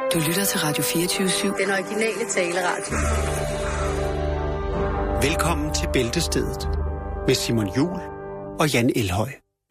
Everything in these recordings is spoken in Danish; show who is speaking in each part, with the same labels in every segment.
Speaker 1: Du lytter til Radio 24/7.
Speaker 2: Den originale taleradio.
Speaker 3: Velkommen til Bæltestedet med Simon Jul og Jan Elhøj.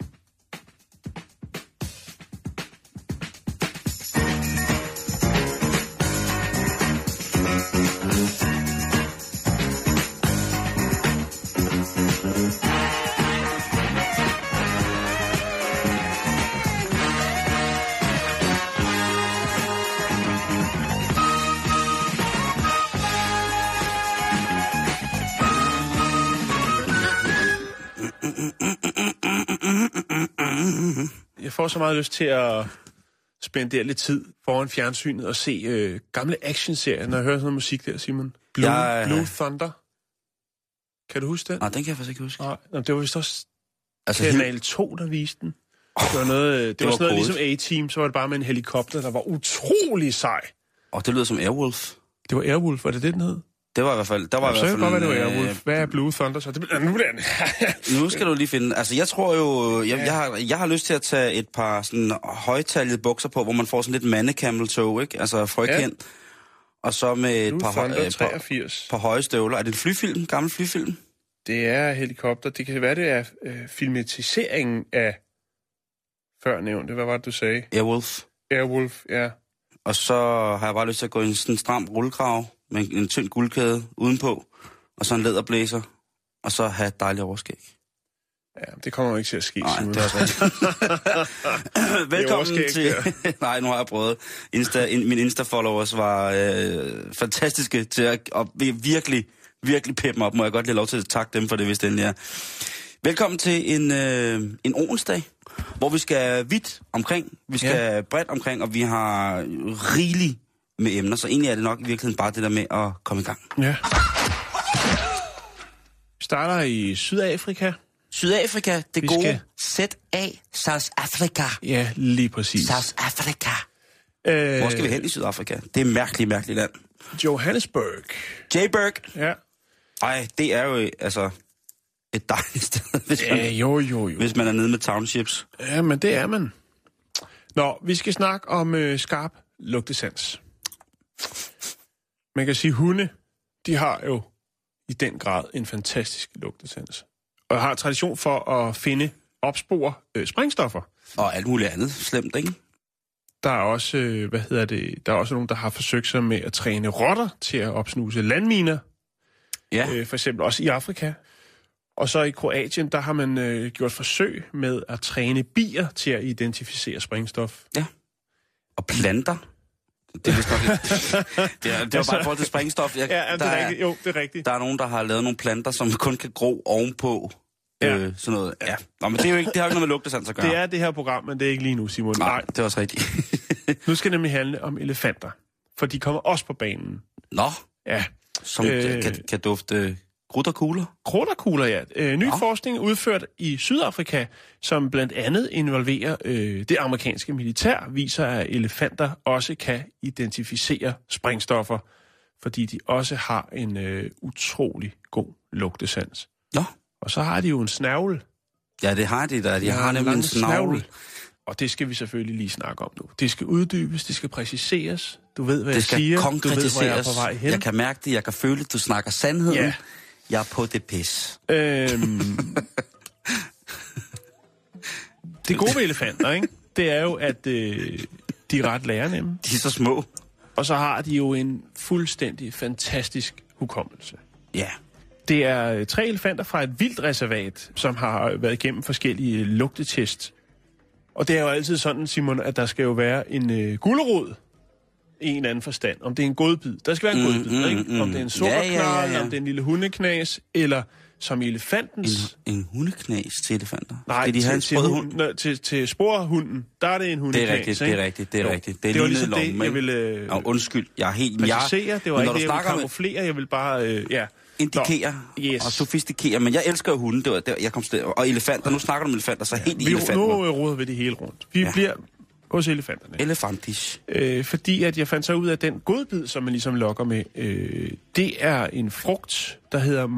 Speaker 4: Jeg får så meget lyst til at spendere lidt tid foran fjernsynet og se gamle actionserier, når jeg hører sådan noget musik der, Simon. Blue Thunder. Kan du huske den?
Speaker 5: Nej, den kan jeg faktisk ikke huske.
Speaker 4: Nej, det var vist også
Speaker 5: altså,
Speaker 4: Kanal 2, der viste den. Det var noget, det var sådan noget ligesom A-Team, så var det bare med en helikopter, der var utrolig sej.
Speaker 5: Og det lyder som Airwolf.
Speaker 4: Det var Airwolf, var det den hed?
Speaker 5: Det var i hvert fald... Der var i hvert fald
Speaker 4: godt, hvad det var Airwolf. Hvad er Blue Thunder så?
Speaker 5: Nu skal du lige finde... Altså, jeg tror jo... Jeg har lyst til at tage et par sådan højtaljede bukser på, hvor man får sådan lidt mandecamel-tog, ikke? Altså frøkendt. Ja. Og så med et par høje støvler. Er det en flyfilm? Gammel flyfilm?
Speaker 4: Det er helikopter. Det kan være, det er filmatiseringen af førnævnte. Hvad var det, du sagde?
Speaker 5: Airwolf.
Speaker 4: Airwolf, ja.
Speaker 5: Og så har jeg bare lyst til at gå i en sådan stram rullekrav med en tynd guldkæde udenpå, og så en læderblæser, og så have et dejligt overskæg.
Speaker 4: Ja, det kommer jo ikke til at ske.
Speaker 5: Nej, det er også rigtigt. Velkommen til... Nej, nu har jeg prøvet. Mine Insta-followers var fantastiske til at virkelig peppe mig op. Må jeg godt lige lov til at takke dem for det, hvis det er. Velkommen til en onsdag, hvor vi skal vidt omkring, vi skal bredt omkring, og vi har rigeligt med emner, så egentlig er det nok i virkeligheden bare det der med at komme i gang.
Speaker 4: Ja. Vi starter i Sydafrika.
Speaker 5: Sydafrika, det gode ZA, South Africa.
Speaker 4: Ja, lige præcis.
Speaker 5: South Africa. Hvor skal vi hen i Sydafrika? Det er mærkeligt land.
Speaker 4: Johannesburg.
Speaker 5: Joburg.
Speaker 4: Ja.
Speaker 5: Ej, det er jo altså et dejligt sted, hvis man er nede med townships.
Speaker 4: Ja, men det er man. Nå, vi skal snakke om skarp lugtesans. Man kan sige, hunde, de har jo i den grad en fantastisk lugtesans. Og har tradition for at finde, opspore sprængstoffer.
Speaker 5: Og alt muligt andet slemt, ikke?
Speaker 4: Der er også, der er også nogen, der har forsøgt sig med at træne rotter til at opsnuse landminer.
Speaker 5: Ja.
Speaker 4: For eksempel også i Afrika. Og så i Kroatien, der har man gjort forsøg med at træne bier til at identificere sprængstof.
Speaker 5: Ja. Og planter. Det er vist nok det er bare i forhold til sprængstof.
Speaker 4: Det er rigtigt. Jo, det er rigtigt.
Speaker 5: Der er nogen, der har lavet nogle planter, som kun kan gro ovenpå. Sådan noget. Ja. Nå, men det er jo ikke, det har ikke noget med lugtesans at gøre.
Speaker 4: Det er det her program, men det er ikke lige nu, Simon.
Speaker 5: Nej, det er også rigtigt.
Speaker 4: Nu skal det nemlig handle om elefanter, for de kommer også på banen.
Speaker 5: Nå?
Speaker 4: Ja.
Speaker 5: Som kan dufte krudt og kugler?
Speaker 4: Krudt og kugler, ja. Ny forskning udført i Sydafrika, som blandt andet involverer det amerikanske militær, viser, at elefanter også kan identificere sprængstoffer, fordi de også har en utrolig god lugtesans.
Speaker 5: Nå.
Speaker 4: Og så har de jo en snavl.
Speaker 5: Ja, det har de da. De har nemlig en snavl.
Speaker 4: Og det skal vi selvfølgelig lige snakke om nu. Det skal uddybes, det skal præciseres. Du ved, hvad jeg siger.
Speaker 5: Det skal konkretiseres.
Speaker 4: Du ved, hvor jeg er på vej hen.
Speaker 5: Jeg kan mærke det, jeg kan føle det, du snakker sandheden.
Speaker 4: Ja.
Speaker 5: Jeg er på det pis.
Speaker 4: Det gode ved elefanter, ikke? Det er jo, at de er ret lærernemme.
Speaker 5: De er så små.
Speaker 4: Og så har de jo en fuldstændig fantastisk hukommelse.
Speaker 5: Ja.
Speaker 4: Det er 3 elefanter fra et vildtreservat, som har været igennem forskellige lugtetest. Og det er jo altid sådan, Simon, at der skal jo være en gulerod i en eller anden forstand. Om det er en godbid. Der skal være en godbid, ikke? Om det er en sukkerknald, om det er en lille hundeknas, eller som elefantens...
Speaker 5: En hundeknas til elefanter?
Speaker 4: Nej,
Speaker 5: de have en
Speaker 4: til sporhunden, der er det en hundeknas.
Speaker 5: Det er rigtigt.
Speaker 4: Det var ligesom det, jeg ville...
Speaker 5: undskyld, jeg er helt...
Speaker 4: Præcisere, det var ikke det, jeg ville kamuflere, jeg vil bare...
Speaker 5: Indikere og sofistikere, men jeg elsker jo hunde, det var der, jeg kom til. Og elefanter, nu snakker du om elefanter, så helt i elefanter.
Speaker 4: Nu roder vi det hele rundt. Vi bliver hos elefanterne.
Speaker 5: Elefantish.
Speaker 4: Fordi at jeg fandt så ud af, at den godbid, som man ligesom lokker med, det er en frugt, der hedder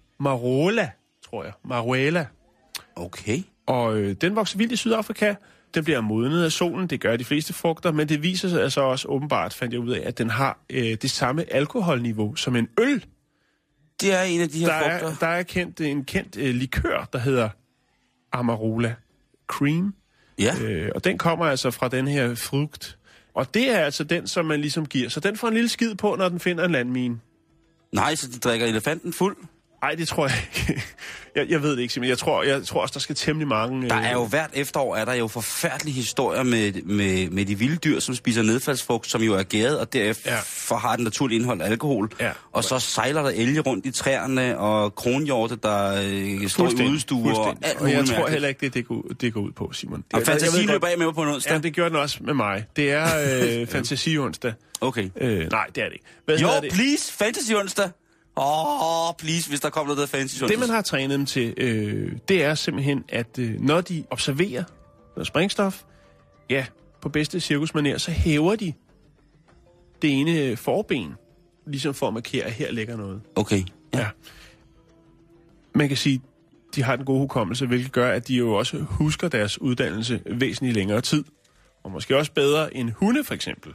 Speaker 4: marola, tror jeg. Maruela.
Speaker 5: Okay.
Speaker 4: Og den vokser vildt i Sydafrika, Den bliver modnet af solen, det gør de fleste frugter, men det viser sig altså også åbenbart, fandt jeg ud af, at den har det samme alkoholniveau som en øl.
Speaker 5: Det er en af de her frugter.
Speaker 4: Der er en kendt likør, der hedder Amarula Cream.
Speaker 5: Ja.
Speaker 4: Og den kommer altså fra den her frugt. Og det er altså den, som man ligesom giver. Så den får en lille skid på, når den finder en landmine.
Speaker 5: Nej, så de drikker elefanten fuld?
Speaker 4: Nej, det tror jeg ikke. Jeg ved det ikke, simpelthen. Jeg tror også, der skal temmelig mange...
Speaker 5: Der er jo hvert efterår, er der jo forfærdelige historier med de vilde dyr, som spiser nedfaldsfrugt, som jo er gæret, og derefter har den naturlige indhold af alkohol. Ja. Og så sejler der elge rundt i træerne, og kronhjorte, der står i udestuer.
Speaker 4: Og jeg tror heller ikke, det går ud på, Simon.
Speaker 5: Og fantasi løber af med mig på en onsdag?
Speaker 4: Ja, det gør den også med mig. Det er fantasi-onsdag.
Speaker 5: Okay.
Speaker 4: Nej, det er det ikke.
Speaker 5: Please, fantasi-onsdag. Please, hvis der kommer noget fancy.
Speaker 4: Det, man har trænet dem til, det er simpelthen, at når de observerer noget sprængstof, på bedste cirkusmanér, så hæver de det ene forben, ligesom for at markere, at her ligger noget.
Speaker 5: Okay.
Speaker 4: Ja. Man kan sige, de har den gode hukommelse, hvilket gør, at de jo også husker deres uddannelse væsentligt længere tid. Og måske også bedre end hunde, for eksempel.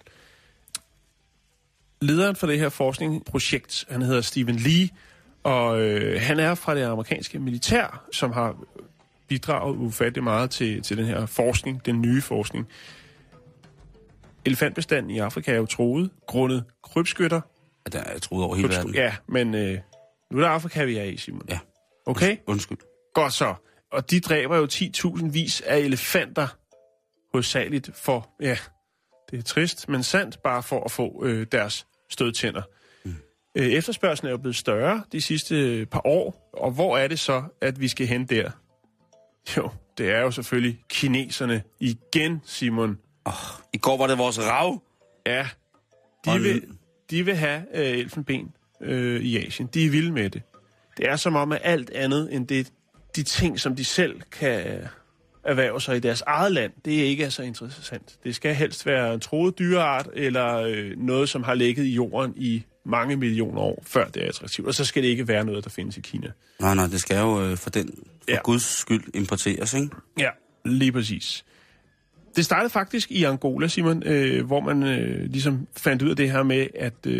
Speaker 4: Lederen for det her forskningsprojekt, han hedder Stephen Lee, og han er fra det amerikanske militær, som har bidraget ufatteligt meget til den her forskning, den nye forskning. Elefantbestanden i Afrika er jo truet, grundet krybskytter.
Speaker 5: Ja, der er truet over hele verden.
Speaker 4: Ja, men nu er det Afrika, vi er i, Simon.
Speaker 5: Ja.
Speaker 4: Okay?
Speaker 5: Undskyld.
Speaker 4: Godt så. Og de dræber jo 10.000 vis af elefanter, hovedsageligt for, det er trist, men sandt, bare for at få deres stødtænder. Efterspørgslen er jo blevet større de sidste par år, og hvor er det så, at vi skal hen der? Jo, det er jo selvfølgelig kineserne igen, Simon.
Speaker 5: I går var det vores rav.
Speaker 4: Ja, de vil have elfenben i Asien. De er vilde med det. Det er som om, at alt andet end de ting, som de selv kan erhverve sig i deres eget land, det er ikke så interessant. Det skal helst være en truet dyreart, eller noget, som har ligget i jorden i mange millioner år, før det er attraktivt. Og så skal det ikke være noget, der findes i Kina. Nej,
Speaker 5: det skal jo for Guds skyld importeres, ikke?
Speaker 4: Ja, lige præcis. Det startede faktisk i Angola, Simon, hvor man ligesom fandt ud af det her med,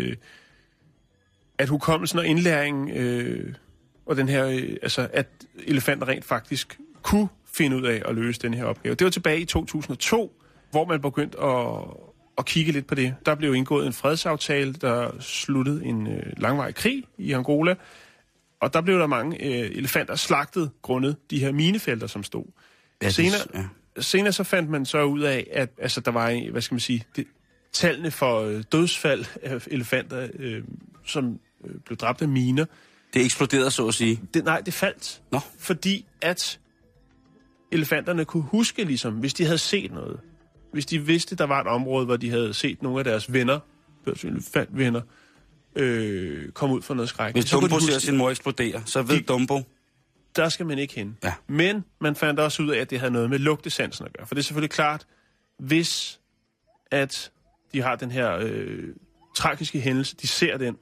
Speaker 4: at hukommelsen og indlæringen, og den her, at elefanter rent faktisk kunne finde ud af at løse den her opgave. Det var tilbage i 2002, hvor man begyndte at kigge lidt på det. Der blev indgået en fredsaftale, der sluttede en langvarig krig i Angola, og der blev der mange elefanter slagtet grundet de her minefelter, som stod. Senere så fandt man så ud af, at der var, tallene for dødsfald af elefanter, som blev dræbt af miner.
Speaker 5: Det eksploderede, så at sige?
Speaker 4: Det faldt.
Speaker 5: Nå.
Speaker 4: Fordi at elefanterne kunne huske, ligesom, hvis de havde set noget. Hvis de vidste, der var et område, hvor de havde set nogle af deres venner, elefantvenner, komme ud for noget skræk.
Speaker 5: Hvis Dumbo ser sin mor eksplodere, så ved Dumbo.
Speaker 4: Der skal man ikke hen.
Speaker 5: Ja.
Speaker 4: Men man fandt også ud af, at det havde noget med lugtesansen at gøre. For det er selvfølgelig klart, hvis at de har den her tragiske hændelse, de ser den,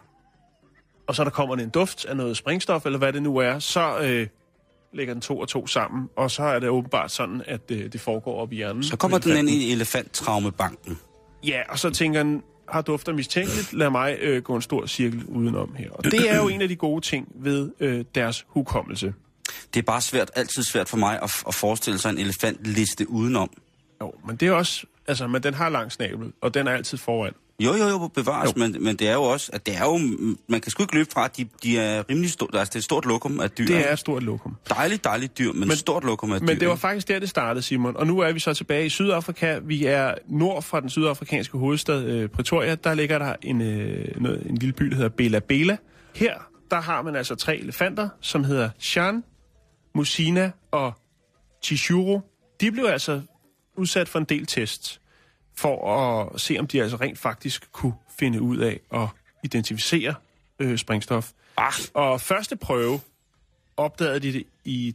Speaker 4: og så der kommer en duft af noget sprængstof, eller hvad det nu er, så lægger den 2 og 2 sammen, og så er det åbenbart sådan, at det foregår op i hjernen.
Speaker 5: Så kommer den ind i elefanttraumebanken.
Speaker 4: Ja, og så tænker den, har dufter mistænkeligt, lad mig gå en stor cirkel udenom her. Og det er jo en af de gode ting ved deres hukommelse.
Speaker 5: Det er bare altid svært for mig at forestille sig en elefantliste udenom.
Speaker 4: Jo, men det er også, men den har lang snabel, og den er altid foran.
Speaker 5: Jo, bevares, men det er jo også, at det er jo, man kan sgu ikke løbe fra, at de er rimelig store, det er et stort lokum af dyr.
Speaker 4: Det er et stort lokum.
Speaker 5: Dejligt dyr, men stort lokum af dyr.
Speaker 4: Men det var faktisk der, det startede, Simon, og nu er vi så tilbage i Sydafrika. Vi er nord fra den sydafrikanske hovedstad Pretoria, der ligger der en lille by, der hedder Bela Bela. Her, der har man altså 3 elefanter, som hedder Shan, Musina og Chishuru. De blev altså udsat for en del tests, for at se, om de altså rent faktisk kunne finde ud af at identificere sprængstof. Og første prøve opdagede de det i,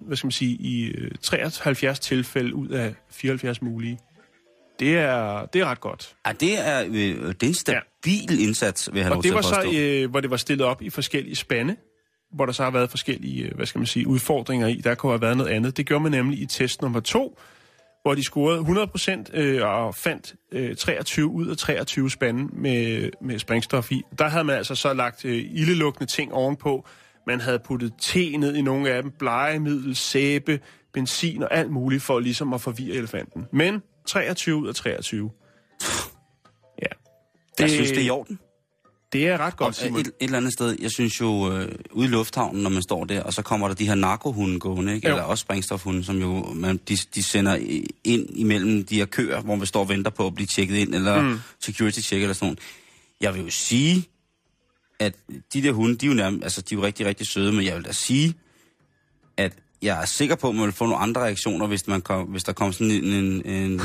Speaker 4: i 73 tilfælde ud af 74 mulige. Det er ret godt.
Speaker 5: Ja, det er en stabil indsats, vil jeg have lov til at påstå.
Speaker 4: Og det var så, hvor det var stillet op i forskellige spande, hvor der så har været forskellige, udfordringer i. Der kunne have været noget andet. Det gjorde man nemlig i test nummer 2, hvor de scorede 100% og fandt 23 ud af 23 spande med sprængstof i. Der havde man altså så lagt ildelugtende ting ovenpå. Man havde puttet te ned i nogle af dem, blegemiddel, sæbe, benzin og alt muligt for ligesom at forvirre elefanten. Men 23 ud af 23. Ja.
Speaker 5: Jeg synes, det er i orden.
Speaker 4: Det er ret godt, Simon.
Speaker 5: Et eller andet sted, jeg synes jo, ude i lufthavnen, når man står der, og så kommer der de her narkohunde gående, ikke? Eller også sprængstofhunde, som jo de sender ind imellem de her køer, hvor man står og venter på at blive tjekket ind, eller security check eller sådan noget. Jeg vil jo sige, at de der hunde, de er jo nærmest, altså de er jo rigtig, rigtig søde, men jeg vil da sige, at jeg er sikker på, at man vil få nogle andre reaktioner, hvis der kom sådan en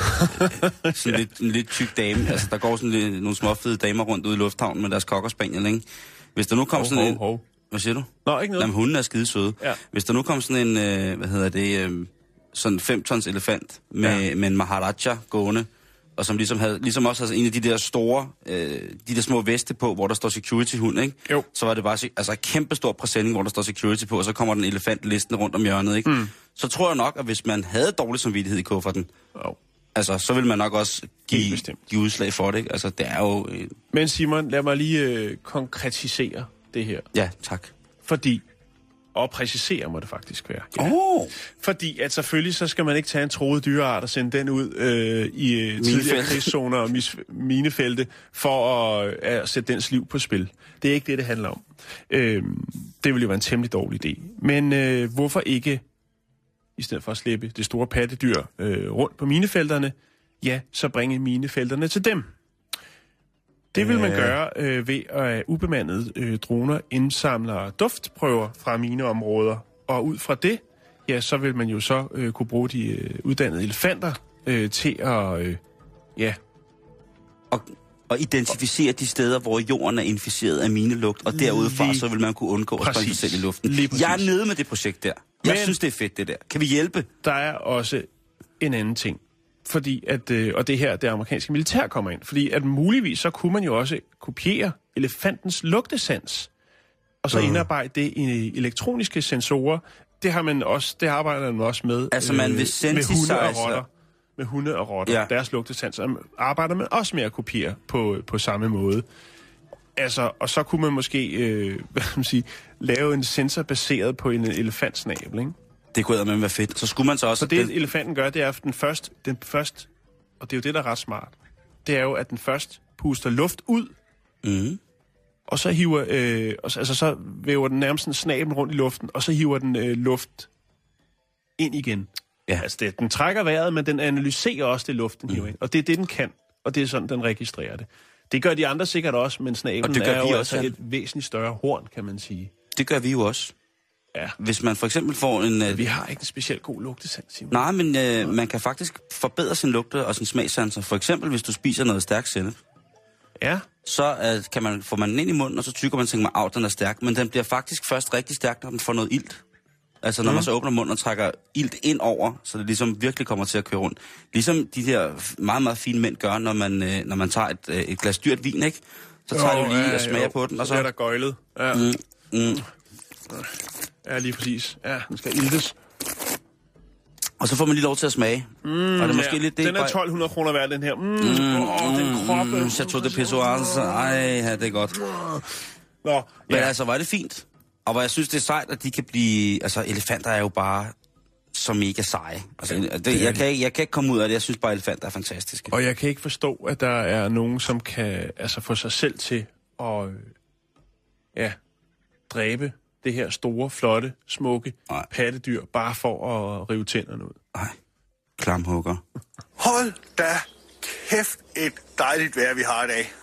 Speaker 5: lidt tyk dame. Altså, der går sådan nogle småfede damer rundt ude i lufthavnen med deres cocker spaniel, ikke? Hvis der nu kom sådan en... Hvad siger du?
Speaker 4: Nå, ikke noget.
Speaker 5: Jamen, hunden er skide søde. Ja. Hvis der nu kom sådan en, sådan 5-tons elefant med en maharaja gående, og som ligesom også havde en af de der store, de der små veste på, hvor der står security-hund, ikke? Jo. Så var det bare altså en kæmpe stor præsending, hvor der står security på, og så kommer den elefant listen rundt om hjørnet, ikke? Så tror jeg nok, at hvis man havde dårlig samvittighed i kufferten, altså, så vil man nok også give udslag for det, ikke? Altså, det er jo...
Speaker 4: Men Simon, lad mig lige konkretisere det her.
Speaker 5: Ja, tak.
Speaker 4: Fordi... Og præcisere må det faktisk være. Ja. Fordi at selvfølgelig så skal man ikke tage en truet dyreart og sende den ud i tidligere krigszoner og minefelte for at sætte dens liv på spil. Det er ikke det handler om. Det vil jo være en temmelig dårlig idé. Men hvorfor ikke, i stedet for at slippe det store pattedyr rundt på minefelterne, ja, så bringe minefelterne til dem. Det vil man gøre ved at ubemandede droner indsamler duftprøver fra mineområder. Og ud fra det, ja, så vil man jo så kunne bruge de uddannede elefanter til at,
Speaker 5: Og identificere de steder, hvor jorden er inficeret af minelugt, og derudfra så vil man kunne undgå at sprænge sig selv i luften. Jeg er nede med det projekt der. Jeg synes, det er fedt, det der. Kan vi hjælpe?
Speaker 4: Der er også en anden ting. Fordi at, og det her, det amerikanske militær kommer ind. Fordi at muligvis, så kunne man jo også kopiere elefantens lugtesans, og så indarbejde det i elektroniske sensorer. Det har man også, det arbejder man også med.
Speaker 5: Altså man vil synthesize
Speaker 4: med hunde og rotter, deres lugtesans, arbejder man også med at kopiere på samme måde. Altså, og så kunne man måske, lave en sensor baseret på en elefantsnabel, ikke?
Speaker 5: Det kunne være fedt. Så skulle man så også...
Speaker 4: Så det elefanten gør, det er, at den først, og det er jo det, der er ret smart, det er jo, at den først puster luft ud, og så hiver, så væver den nærmest en snabel rundt i luften, og så hiver den luft ind igen. Ja. Altså, den trækker vejret, men den analyserer også det luft, den hiver ind. Og det er det, den kan, og det er sådan, den registrerer det. Det gør de andre sikkert også, men snablen er jo også et væsentligt større horn, kan man sige.
Speaker 5: Det gør vi jo også. Ja. Hvis man for eksempel får en...
Speaker 4: Vi har ikke en specielt god lugtesans, Simon.
Speaker 5: Nej, men man kan faktisk forbedre sin lugte og sin smagssanser. For eksempel, hvis du spiser noget stærkt sennep.
Speaker 4: Ja.
Speaker 5: Så får man den ind i munden, og så tykker man og tænker, at den er stærk. Men den bliver faktisk først rigtig stærk, når den får noget ilt. Altså, når man så åbner munden og trækker ilt ind over, så det ligesom virkelig kommer til at køre rundt. Ligesom de her meget, meget fine mænd gør, når man tager et glas dyrt vin, ikke? Så tager du lige og smager på den, og så...
Speaker 4: Så er der gøjlet. Ja. Ja, lige præcis. Ja, den skal iltes.
Speaker 5: Og så får man lige lov til at smage. Og det er måske lidt det.
Speaker 4: Den er 1.200 kroner værd, den her. Den kroppe.
Speaker 5: Chateau de Pissoise. Ej, ja, det er godt.
Speaker 4: Nå,
Speaker 5: men altså, var det fint. Og hvor jeg synes, det er sejt, at de kan blive... Altså, elefanter er jo bare så mega seje. Altså, jeg kan ikke komme ud af det. Jeg synes bare, elefanter er fantastiske.
Speaker 4: Og jeg kan ikke forstå, at der er nogen, som kan få sig selv til at dræbe det her store, flotte, smukke pattedyr, bare for at rive tænderne ud.
Speaker 5: Nej, klamhugger.
Speaker 2: Hold da kæft et dejligt vejr, vi har i dag.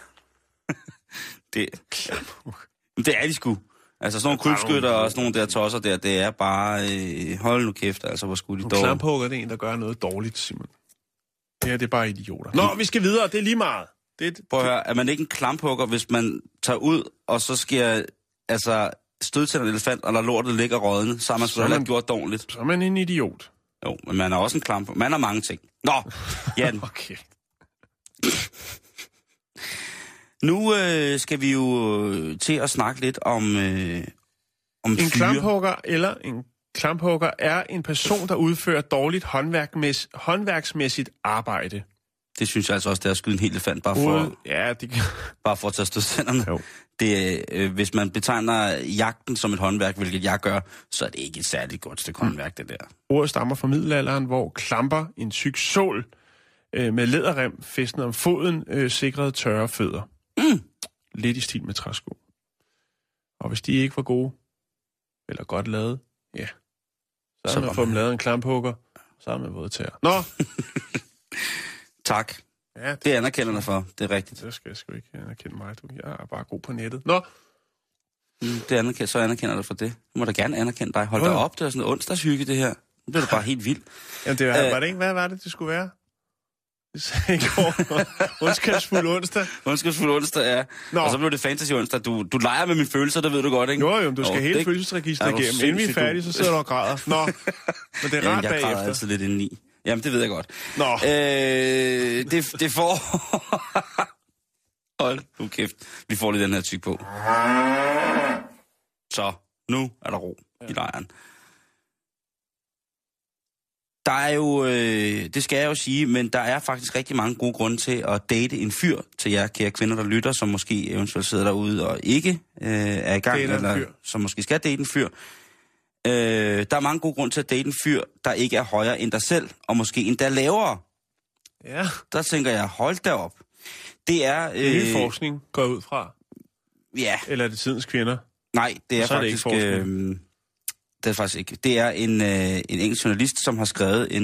Speaker 5: Det er de sgu. Altså sådan nogle krybskytter og sådan nogle der tosser der, det er bare, hold nu kæft, altså hvor skulle de dårligt.
Speaker 4: Klamhugger, det er en, der gør noget dårligt, Simon. Det er bare idioter. Nå, vi skal videre, det er lige meget.
Speaker 5: Prøv at høre, er man ikke en klamphugger, hvis man tager ud, og så sker stød til en elefant, og der lortet ligger rådne, så har man sgu heller ikke gjort dårligt.
Speaker 4: Så er man en idiot.
Speaker 5: Jo, men man er også en klamphugger. Man er mange ting. Nå, Jan.
Speaker 4: Okay.
Speaker 5: Nu skal vi jo til at snakke lidt om
Speaker 4: en klamphugger eller en klamphugger er en person, der udfører dårligt håndværksmæssigt arbejde.
Speaker 5: Det synes jeg altså også, det er at skyde en hel elefant, bare for at tage stødsænderne. Hvis man betegner jagten som et håndværk, hvilket jeg gør, så er det ikke et særligt godt stykke håndværk, det der.
Speaker 4: Ordet stammer fra middelalderen, hvor klamper, en tyk sål med læderrem fæstnet om foden, sikrede tørre fødder. Lidt i stil med træsko. Og hvis de ikke var gode, eller godt lavet, ja, så havde man fået dem lavet en klamphugger, så havde man våget tæer. Nå!
Speaker 5: Tak.
Speaker 4: Ja,
Speaker 5: det anerkender dig for, det er rigtigt.
Speaker 4: Det skal jeg sgu ikke anerkende mig. Jeg er bare god på nettet. Nå!
Speaker 5: Så anerkender dig for det. Du må da gerne anerkende dig. Hold da op, det er sådan en onsdagshygge, det her. Nu bliver du bare helt vild.
Speaker 4: Jamen, var det ikke, hvad var det skulle være? Det sagde i går. Ondskabsfuld onsdag.
Speaker 5: Ondskabsfuld onsdag, ja. Nå. Og så blev det fantasy onsdag. Du leger med mine følelser, det ved du godt, ikke?
Speaker 4: Jo, du skal hele følelsesregistret igennem. Inden vi er færdige, så sidder du og græder. Nå, men det er rart bagefter.
Speaker 5: Jeg græder altid lidt indeni. Jamen, det ved jeg godt.
Speaker 4: Nå.
Speaker 5: Det får... Hold nu kæft. Vi får lige den her tyk på. Så, nu er der ro i lejren. Der er jo, det skal jeg jo sige, men der er faktisk rigtig mange gode grunde til at date en fyr, til jer kære kvinder, der lytter, som måske eventuelt sidder derude og ikke er i gang, eller som måske skal date en fyr. Der er mange gode grunde til at date en fyr, der ikke er højere end dig selv, og måske endda lavere.
Speaker 4: Ja.
Speaker 5: Der tænker jeg, hold da op. Det er...
Speaker 4: Ny forskning går ud fra.
Speaker 5: Ja.
Speaker 4: Eller er det tidens kvinder?
Speaker 5: Nej, det er faktisk... Det er faktisk ikke. Det er en engelsk journalist, som har skrevet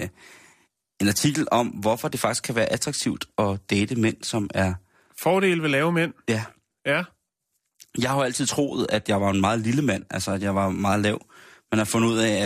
Speaker 5: en artikel om, hvorfor det faktisk kan være attraktivt at date mænd, som er...
Speaker 4: Fordele ved lave mænd?
Speaker 5: Ja.
Speaker 4: Ja.
Speaker 5: Jeg har jo altid troet, at jeg var en meget lille mand, altså at jeg var meget lav. Man har fundet ud af,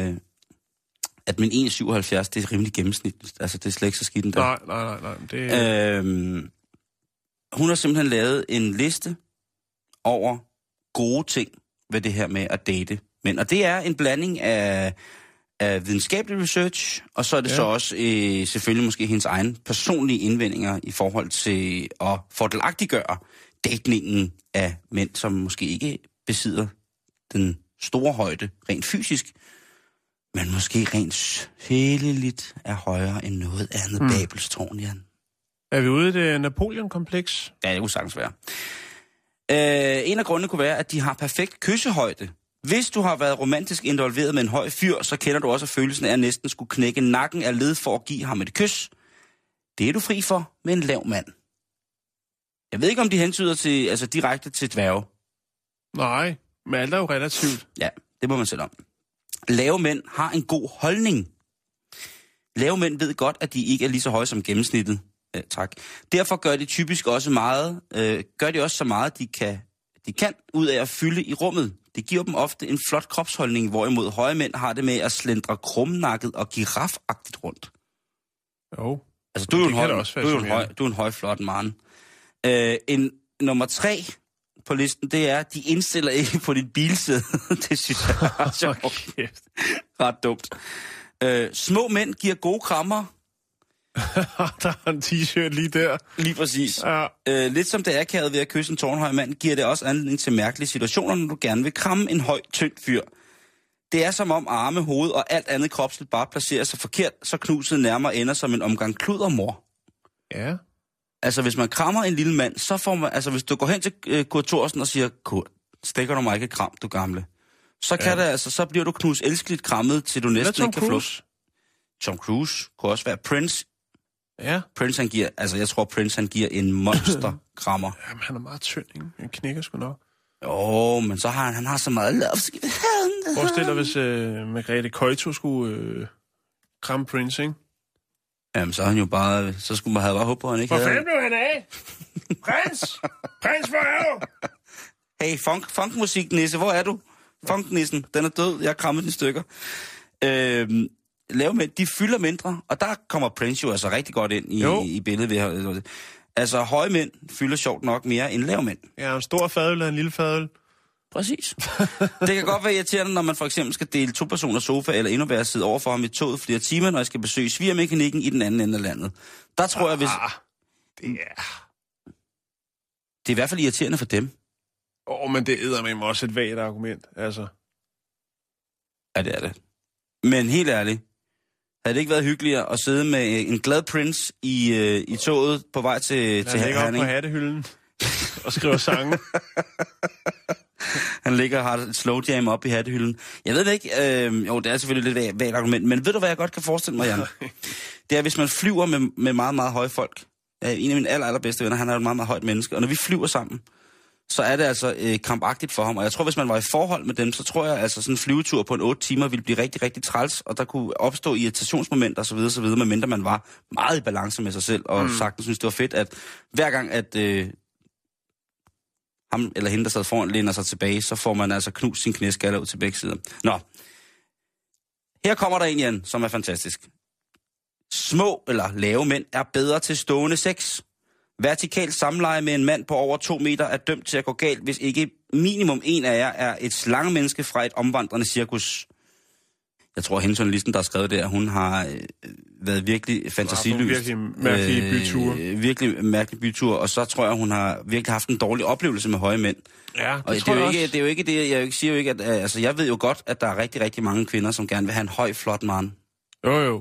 Speaker 5: at min 1,77, det er rimelig gennemsnitligt. Altså, det er slet ikke så skidt endda.
Speaker 4: Nej. Det...
Speaker 5: Hun har simpelthen lavet en liste over gode ting ved det her med at date mænd. Og det er en blanding af videnskabelig research, og så er det så også selvfølgelig måske hendes egen personlige indvendinger i forhold til at fordelagtiggøre datningen af mænd, som måske ikke besidder den store højde rent fysisk, men måske rent sjæleligt er højere end noget andet Babelstårn, Jan.
Speaker 4: Er vi ude i det Napoleon-kompleks?
Speaker 5: Ja, det kunne sagtens være. En af grundene kunne være, at de har perfekt kyssehøjde. Hvis du har været romantisk involveret med en høj fyr, så kender du også følelsen af at næsten skulle knække nakken af led for at give ham et kys. Det er du fri for med en lav mand. Jeg ved ikke, om de hentyder til, altså direkte til dværge.
Speaker 4: Nej, men alt er jo relativt.
Speaker 5: Ja, det må man selv om. Lave mænd har en god holdning. Lave mænd ved godt, at de ikke er lige så høje som gennemsnittet. Tak. Derfor gør de typisk også meget, så meget, de kan ud af at fylde i rummet. Det giver dem ofte en flot kropsholdning, hvorimod høje mænd har det med at slendre krumnakket og girafagtigt rundt.
Speaker 4: Jo.
Speaker 5: Altså, du er en høj, flot mand. En nummer 3 på listen, det er, at de indstiller ikke på dit bilsæde. Det synes jeg er sjovt. Ret dumt. Små mænd giver gode krammer.
Speaker 4: Der er en t-shirt lige der.
Speaker 5: Lige præcis.
Speaker 4: Ja.
Speaker 5: Lidt som det er akavet ved at kysse en tårnhøj mand, giver det også anledning til mærkelige situationer, når du gerne vil kramme en høj, tynd fyr. Det er som om arme, hoved og alt andet kropsligt bare placerer sig forkert, så knuset nærmere ender som en omgang kludermor.
Speaker 4: Ja.
Speaker 5: Altså, hvis man krammer en lille mand, så får man... Altså, hvis du går hen til Kurt Thorsen og siger, Kurt, stikker du mig ikke kram, du gamle? Så kan det altså, så bliver du knus elskeligt krammet, til du næsten ikke kan flusse. Tom Cruise kunne også være Prince.
Speaker 4: Ja.
Speaker 5: Prince, han giver... Altså, jeg tror, Prince, han giver en monsterkrammer.
Speaker 4: Jamen, han er meget tynd, ikke? Han knækker sgu nok.
Speaker 5: Jo, men så har han har så meget love.
Speaker 4: Forestil dig, hvis Margrethe Køjto skulle kramme Prince, ikke?
Speaker 5: Jamen, så er han jo bare... Så skulle man have bare håbet på, han ikke
Speaker 4: havde... Hvor fanden blev han af? Prins! Prins, hvor er du?
Speaker 5: Hey, funkmusik-nisse, hvor er du? Funknissen, den er død. Jeg har krammet den i stykker. Lave mænd, de fylder mindre, og der kommer Prince jo altså rigtig godt ind i billedet ved. Altså, høje mænd fylder sjovt nok mere end lave mænd.
Speaker 4: Ja, en stor fadøl og en lille fadøl.
Speaker 5: Præcis. Det kan godt være irriterende, når man for eksempel skal dele 2 personers sofa, eller endnu værre sidde over for ham i toget flere timer, når jeg skal besøge svigermekanikken i den anden ende af landet. Der tror jeg, hvis... Det er i hvert fald irriterende for dem.
Speaker 4: Men det eddermame også et vagt argument, altså.
Speaker 5: Ja, det er det. Men helt ærligt, havde det ikke været hyggeligere at sidde med en glad Prince i toget på vej til Herning?
Speaker 4: Han ligger op på hattehylden og skriver sange.
Speaker 5: Han ligger og har et slow jam op i hattehylden. Jeg ved det ikke. Jo, det er selvfølgelig lidt et vagt argument, men ved du, hvad jeg godt kan forestille mig, Jan? Det er, hvis man flyver med meget, meget høje folk. En af mine allerbedste venner, han er et meget, meget højt menneske, og når vi flyver sammen, så er det altså krampagtigt for ham. Og jeg tror, hvis man var i forhold med dem, så tror jeg, altså sådan en flyvetur på en 8 timer ville blive rigtig, rigtig træls, og der kunne opstå irritationsmomenter osv., medmindre man var meget i balance med sig selv, og sagtens synes, det var fedt, at hver gang, at ham eller hende, der sad foran, læner sig tilbage, så får man altså knust sin knæskaller ud til begge sider. Nå, her kommer der en igen, som er fantastisk. Små eller lave mænd er bedre til stående sex. Vertikalt samleje med en mand på over 2 meter er dømt til at gå galt, hvis ikke minimum en af jer er et slangemenneske fra et omvandrende cirkus. Jeg tror, hende journalisten, der har skrevet det, hun har været virkelig fantasiløs.
Speaker 4: Virkelig mærkelig bytur.
Speaker 5: Virkelig mærkelig bytur, og så tror jeg, hun har virkelig haft en dårlig oplevelse med høje mænd.
Speaker 4: Ja,
Speaker 5: og det er jo ikke det, jeg siger jo ikke, at altså, jeg ved jo godt, at der er rigtig, rigtig mange kvinder, som gerne vil have en høj, flot mand.
Speaker 4: Jo.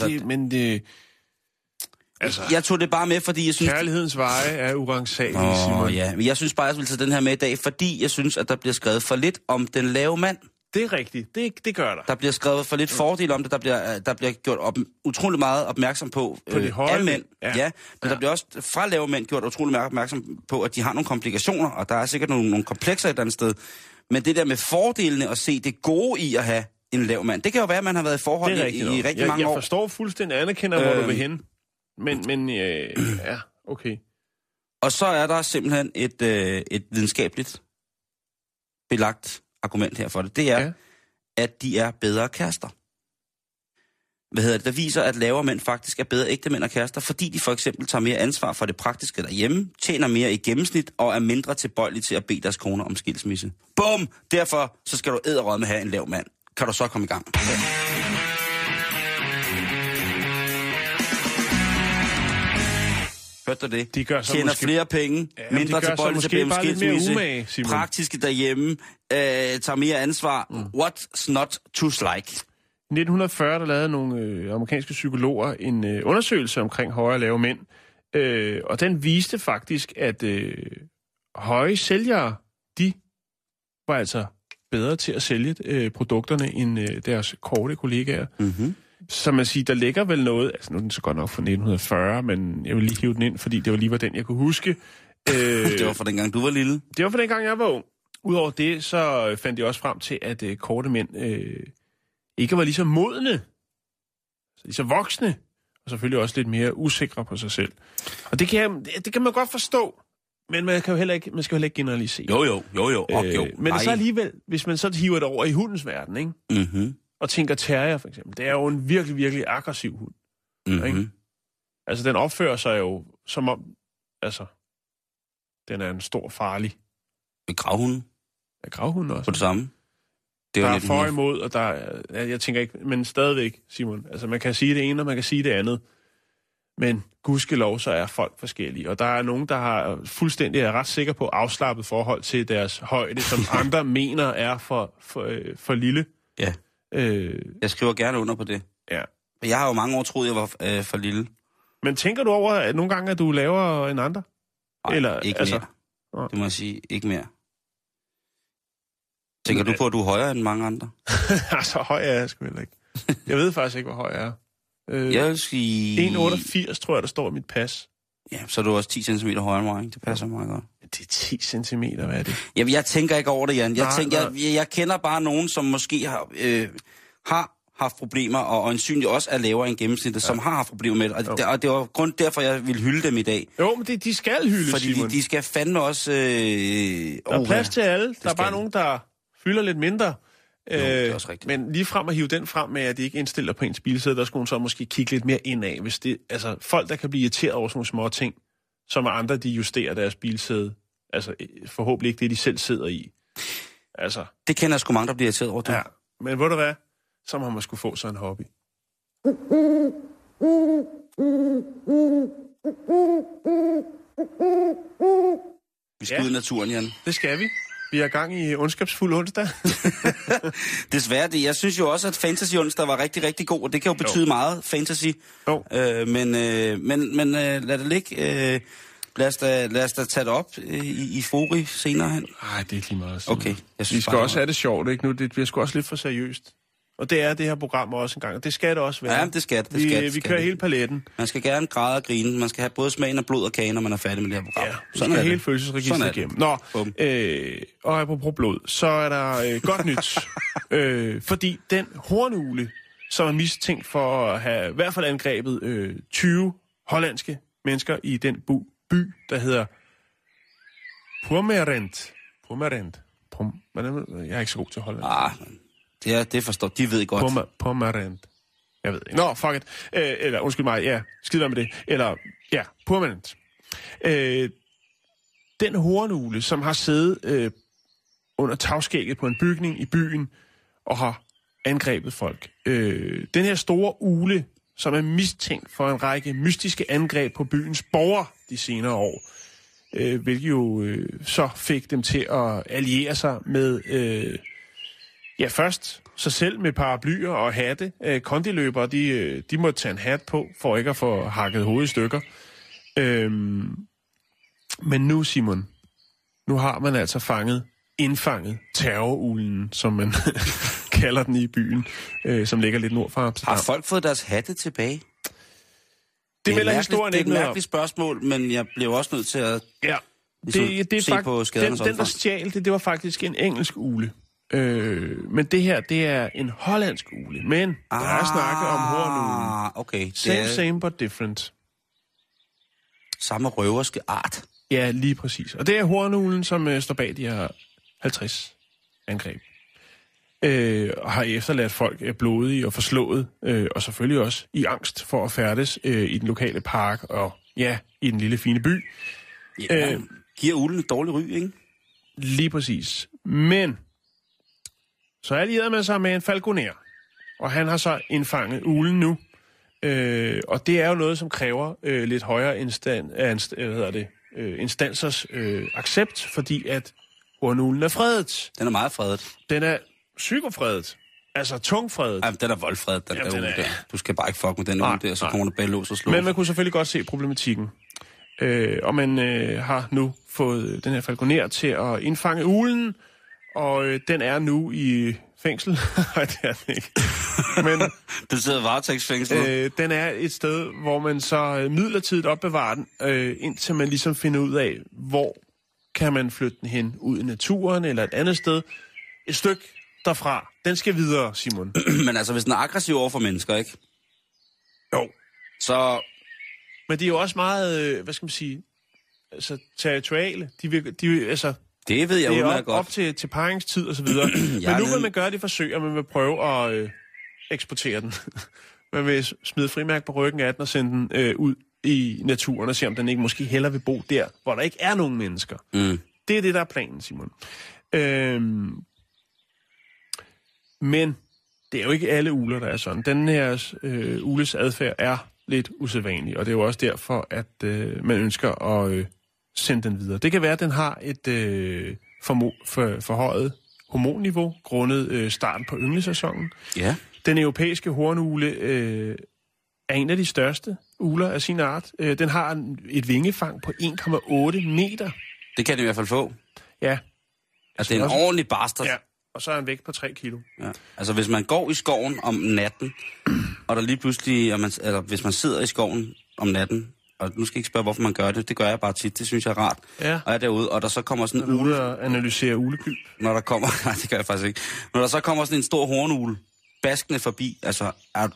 Speaker 5: Altså, jeg tog det bare med, fordi jeg synes...
Speaker 4: Kærlighedens veje er uransagelige, Simon.
Speaker 5: Ja, men jeg synes bare, jeg vil tage den her med i dag, fordi jeg synes, at der bliver skrevet for lidt om den lave mand.
Speaker 4: Det er rigtigt. Det gør der.
Speaker 5: Der bliver skrevet for lidt fordel om det. Der bliver gjort utrolig meget opmærksom på
Speaker 4: de høje
Speaker 5: mænd. Ja. Men der bliver også fra lave mænd gjort utrolig meget opmærksom på, at de har nogle komplikationer, og der er sikkert nogle komplekser et eller andet sted. Men det der med fordelene og se det gode i at have en lav mand, det kan jo være, at man har været i forhold i rigtig mange år.
Speaker 4: Jeg forstår fuldstændig, anerkender, hvor du vil hen. Men ja, okay.
Speaker 5: Og så er der simpelthen et videnskabeligt belagt argument her for det. Det er, at de er bedre kærester. Der viser, at lavere mænd faktisk er bedre ægte mænd og kærester, fordi de for eksempel tager mere ansvar for det praktiske derhjemme, tjener mere i gennemsnit og er mindre tilbøjelige til at bede deres koner om skilsmisse. Bum! Derfor så skal du edderrødme have en lav mand. Kan du så komme i gang? Hørte du det?
Speaker 4: De gør så
Speaker 5: tjener
Speaker 4: måske...
Speaker 5: flere penge, mindre tilbøjelige til at bede om skilsmisse, praktiske derhjemme, tager mere ansvar. What's not to like?
Speaker 4: I 1940 der lavede nogle amerikanske psykologer en undersøgelse omkring høje og lave mænd, og den viste faktisk, at høje sælgere, de var altså bedre til at sælge produkterne end deres korte kollegaer. Mm-hmm. Så man siger, der ligger vel noget, altså nu er den så godt nok fra 1940, men jeg vil lige hive den ind, fordi det var lige den, jeg kunne huske.
Speaker 5: Det var fra dengang, du var lille?
Speaker 4: Det var fra dengang, jeg var ung. Udover det, så fandt jeg også frem til, at korte mænd ikke var lige så modne, lige så voksne, og selvfølgelig også lidt mere usikre på sig selv. Og det kan man godt forstå, men man skal jo heller ikke generalisere.
Speaker 5: Jo.
Speaker 4: Men det så alligevel, hvis man så hiver det over i hundens verden, ikke?
Speaker 5: Mhm.
Speaker 4: Og tænker terrier, for eksempel. Det er jo en virkelig, virkelig aggressiv hund.
Speaker 5: Mm-hmm.
Speaker 4: Ikke? Altså, den opfører sig jo som om... Altså, den er en stor farlig...
Speaker 5: Gravhunden?
Speaker 4: Ja, gravhunden også.
Speaker 5: På det samme?
Speaker 4: Det der er for imod, og der er... Jeg tænker ikke... Men stadigvæk, Simon. Altså, man kan sige det ene, og man kan sige det andet. Men gudskelov, så er folk forskellige. Og der er nogen, der har fuldstændig er ret sikker på afslappet forhold til deres højde, som andre mener er for lille.
Speaker 5: Ja. Jeg skriver gerne under på det.
Speaker 4: Ja.
Speaker 5: Jeg har jo mange år troet, jeg var for lille.
Speaker 4: Men tænker du over, at nogle gange, at du er lavere end andre?
Speaker 5: Nej,
Speaker 4: eller,
Speaker 5: ikke
Speaker 4: altså,
Speaker 5: mere. Det må jeg sige, ikke mere. Tænker du på, at du er højere end mange andre?
Speaker 4: Altså, høj er jeg sgu heller ikke. Jeg ved faktisk ikke, hvor høj jeg er.
Speaker 5: Jeg vil sige...
Speaker 4: 1,88 tror jeg, der står i mit pas.
Speaker 5: Ja, så er du også 10 cm højere end mig, ikke? Det passer meget godt.
Speaker 4: Det er 10 cm, hvad er det?
Speaker 5: Jamen, jeg tænker ikke over det, Jan. Jeg kender bare nogen, som måske har haft problemer, og øjensynligt også er lavere end gennemsnittet, som har haft problemer med det. Og det var grund derfor, jeg ville hylde dem i dag.
Speaker 4: Jo, men de skal hyldes,
Speaker 5: fordi
Speaker 4: Simon.
Speaker 5: de skal fandme også...
Speaker 4: der er plads til alle. Der er bare nogen, der fylder lidt mindre.
Speaker 5: Jo, det er også rigtigt.
Speaker 4: Men lige frem at hive den frem med, at det ikke indstiller på ens bilsæde, der skulle hun så måske kigge lidt mere indad. Hvis det, altså, folk, der kan blive irriteret over sådan nogle små ting, som andre, de justerer deres bilsæde. Altså, forhåbentlig ikke det, de selv sidder i. Altså.
Speaker 5: Det kender jeg sgu mange, der bliver irriteret over, du.
Speaker 4: Ja, men ved du hvad? Så må man skulle få sådan en hobby.
Speaker 5: Vi skal ud i naturen, Jan.
Speaker 4: Det skal vi. Vi er gang i ondskabsfuld onsdag.
Speaker 5: Desværre det. Jeg synes jo også, at Fantasy onsdag var rigtig, rigtig god, og det kan jo betyde meget, fantasy. Men lad det ligge. Lad os da tage det op i Fori senere hen.
Speaker 4: Nej, det er ikke lige meget.
Speaker 5: Okay.
Speaker 4: Vi skal også have det sjovt, ikke nu? Det bliver sgu også lidt for seriøst. Og det er det her program også engang, og det skal det også være.
Speaker 5: Ja, det skal det.
Speaker 4: Vi kører hele paletten.
Speaker 5: Man skal gerne græde og grine. Man skal have både smagen af blod og kage, når man er færdig med det her program.
Speaker 4: Ja, sådan er hele følelsesregistret igennem. Nå, og apropos blod, så er der godt nyt. Fordi den hornugle, som er mistænkt for at have i hvert fald angrebet 20 hollandske mennesker i den by, der hedder Purmerend. Jeg er ikke så god til Holland.
Speaker 5: Det forstår de ved godt.
Speaker 4: Purmerend. Jeg ved ikke. Nå, fuck it. Eller undskyld mig, ja, skid med det. Eller, ja, Purmerend. Den hornugle, som har siddet under tagskægget på en bygning i byen og har angrebet folk. Den her store ugle, som er mistænkt for en række mystiske angreb på byens borgere de senere år, hvilket jo så fik dem til at alliere sig med, først sig selv med paraplyer og hatte. Kondiløbere, de måtte tage en hat på, for ikke at få hakket hovedet i stykker. Men nu, Simon, nu har man altså indfanget terroruglen, som man kalder den i byen, som ligger lidt nord for Amsterdam.
Speaker 5: Har folk fået deres hatte tilbage?
Speaker 4: Det melder historien ikke noget om.
Speaker 5: Det er et mærkeligt spørgsmål, men jeg blev også nødt til at
Speaker 4: det er
Speaker 5: se på skaderne.
Speaker 4: Den, der stjal det var faktisk en engelsk ugle. Men det her, det er en hollandsk ugle. Men der er snakke om hornugle.
Speaker 5: Okay.
Speaker 4: Same but different.
Speaker 5: Samme røverske art.
Speaker 4: Ja, lige præcis. Og det er hornuglen, som står bag de her 50 angreb. Og har efterladt folk blodige og forslået, og selvfølgelig også i angst for at færdes i den lokale park og i den lille fine by.
Speaker 5: Ja, giver uglen et dårligt ry, ikke?
Speaker 4: Lige præcis. Men så allierede man sig med en falconer, og han har så indfanget uglen nu. Og det er jo noget, som kræver lidt højere instansers accept, fordi at hornuglen er fredet.
Speaker 5: Den er meget fredet.
Speaker 4: Den er psykofredet. Altså tungfredet.
Speaker 5: Jamen, den er voldfredet, den ugle der. Du skal bare ikke fuck med den ugle der, så kommer der baglås og slå.
Speaker 4: Men man kunne selvfølgelig godt se problematikken. Og man har nu fået den her falconer til at indfange uglen, og den er nu i fængsel. Nej, det er den ikke. Men
Speaker 5: den sidder varetægtsfængslet.
Speaker 4: Den er et sted, hvor man så midlertidigt opbevarer den, indtil man ligesom finder ud af, hvor kan man flytte den hen ud i naturen eller et andet sted. Et stykke derfra. Den skal videre, Simon.
Speaker 5: Men altså, hvis den er aggressiv over for mennesker, ikke?
Speaker 4: Jo.
Speaker 5: Så...
Speaker 4: Men de er jo også meget, hvad skal man sige, altså territoriale. Altså...
Speaker 5: Det ved jeg jo meget godt.
Speaker 4: Op til paringstid og så videre. Men nu vil man gøre det forsøg, og man vil prøve at eksportere den. Man vil smide frimærk på ryggen af den og sende den ud i naturen og se, om den ikke måske hellere vil bo der, hvor der ikke er nogen mennesker. Det er det, der er planen, Simon. Men det er jo ikke alle ugler, der er sådan. Den her ugles adfærd er lidt usædvanlig, og det er jo også derfor, at man ønsker at sende den videre. Det kan være, at den har et forhøjet hormonniveau, grundet starten på ynglesæsonen.
Speaker 5: Ja.
Speaker 4: Den europæiske hornugle er en af de største ugler af sin art. Den har et vingefang på 1,8 meter.
Speaker 5: Det kan den i hvert fald få.
Speaker 4: Ja.
Speaker 5: Altså, det er en ordentlig bastard.
Speaker 4: Ja, og så er han vægt på 3 kilo.
Speaker 5: Ja. Altså, hvis man går i skoven om natten, og der lige pludselig, eller hvis man sidder i skoven om natten, og nu skal jeg ikke spørge, hvorfor man gør det. Det gør jeg bare tit. Det synes jeg er rart. Ja. Og jeg er derude, og der så kommer sådan en
Speaker 4: ugle... og analyserer uglekyld.
Speaker 5: Når der kommer... Nej, det gør jeg faktisk ikke. Når der så kommer sådan en stor hornugle, baskende forbi, altså,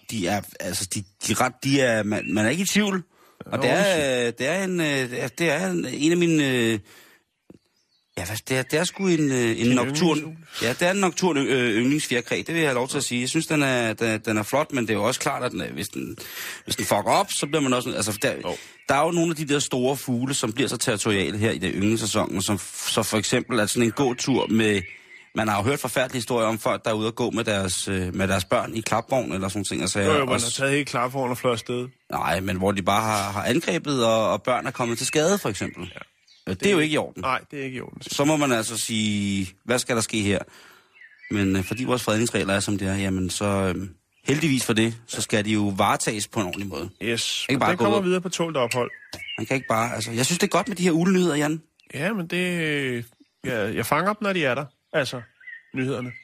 Speaker 5: man er ikke i tvivl. Og det er en af mine... det er sgu en nocturn... Ja, det er en nocturn yndlingsfjerkræ, det vil jeg have lov til at sige. Jeg synes, den er flot, men det er jo også klart, at hvis den fucker op, så bliver man også... Altså, der er jo nogle af de der store fugle, som bliver så territoriale her i den ynglesæsonen, som så for eksempel er sådan en gåtur med... Man har jo hørt forfærdelige historier om folk, der er ude at gå med deres børn i klapvogn eller sådan ting. Altså,
Speaker 4: man har taget helt klapvogn og flot sted.
Speaker 5: Nej, men hvor de bare har angrebet, og børn er kommet til skade, for eksempel. Ja. Det er jo ikke i orden.
Speaker 4: Nej, det er ikke i orden.
Speaker 5: Så må man altså sige, hvad skal der ske her? Men fordi vores fredningsregler er som det er, jamen så heldigvis for det, så skal de jo varetages på en ordentlig måde.
Speaker 4: Yes,
Speaker 5: ikke bare
Speaker 4: den kommer videre på tålt ophold.
Speaker 5: Man kan ikke bare, altså, jeg synes det er godt med de her ulenyheder, Jan.
Speaker 4: Ja, men det... Jeg fanger dem, når de er der. Altså, nyhederne.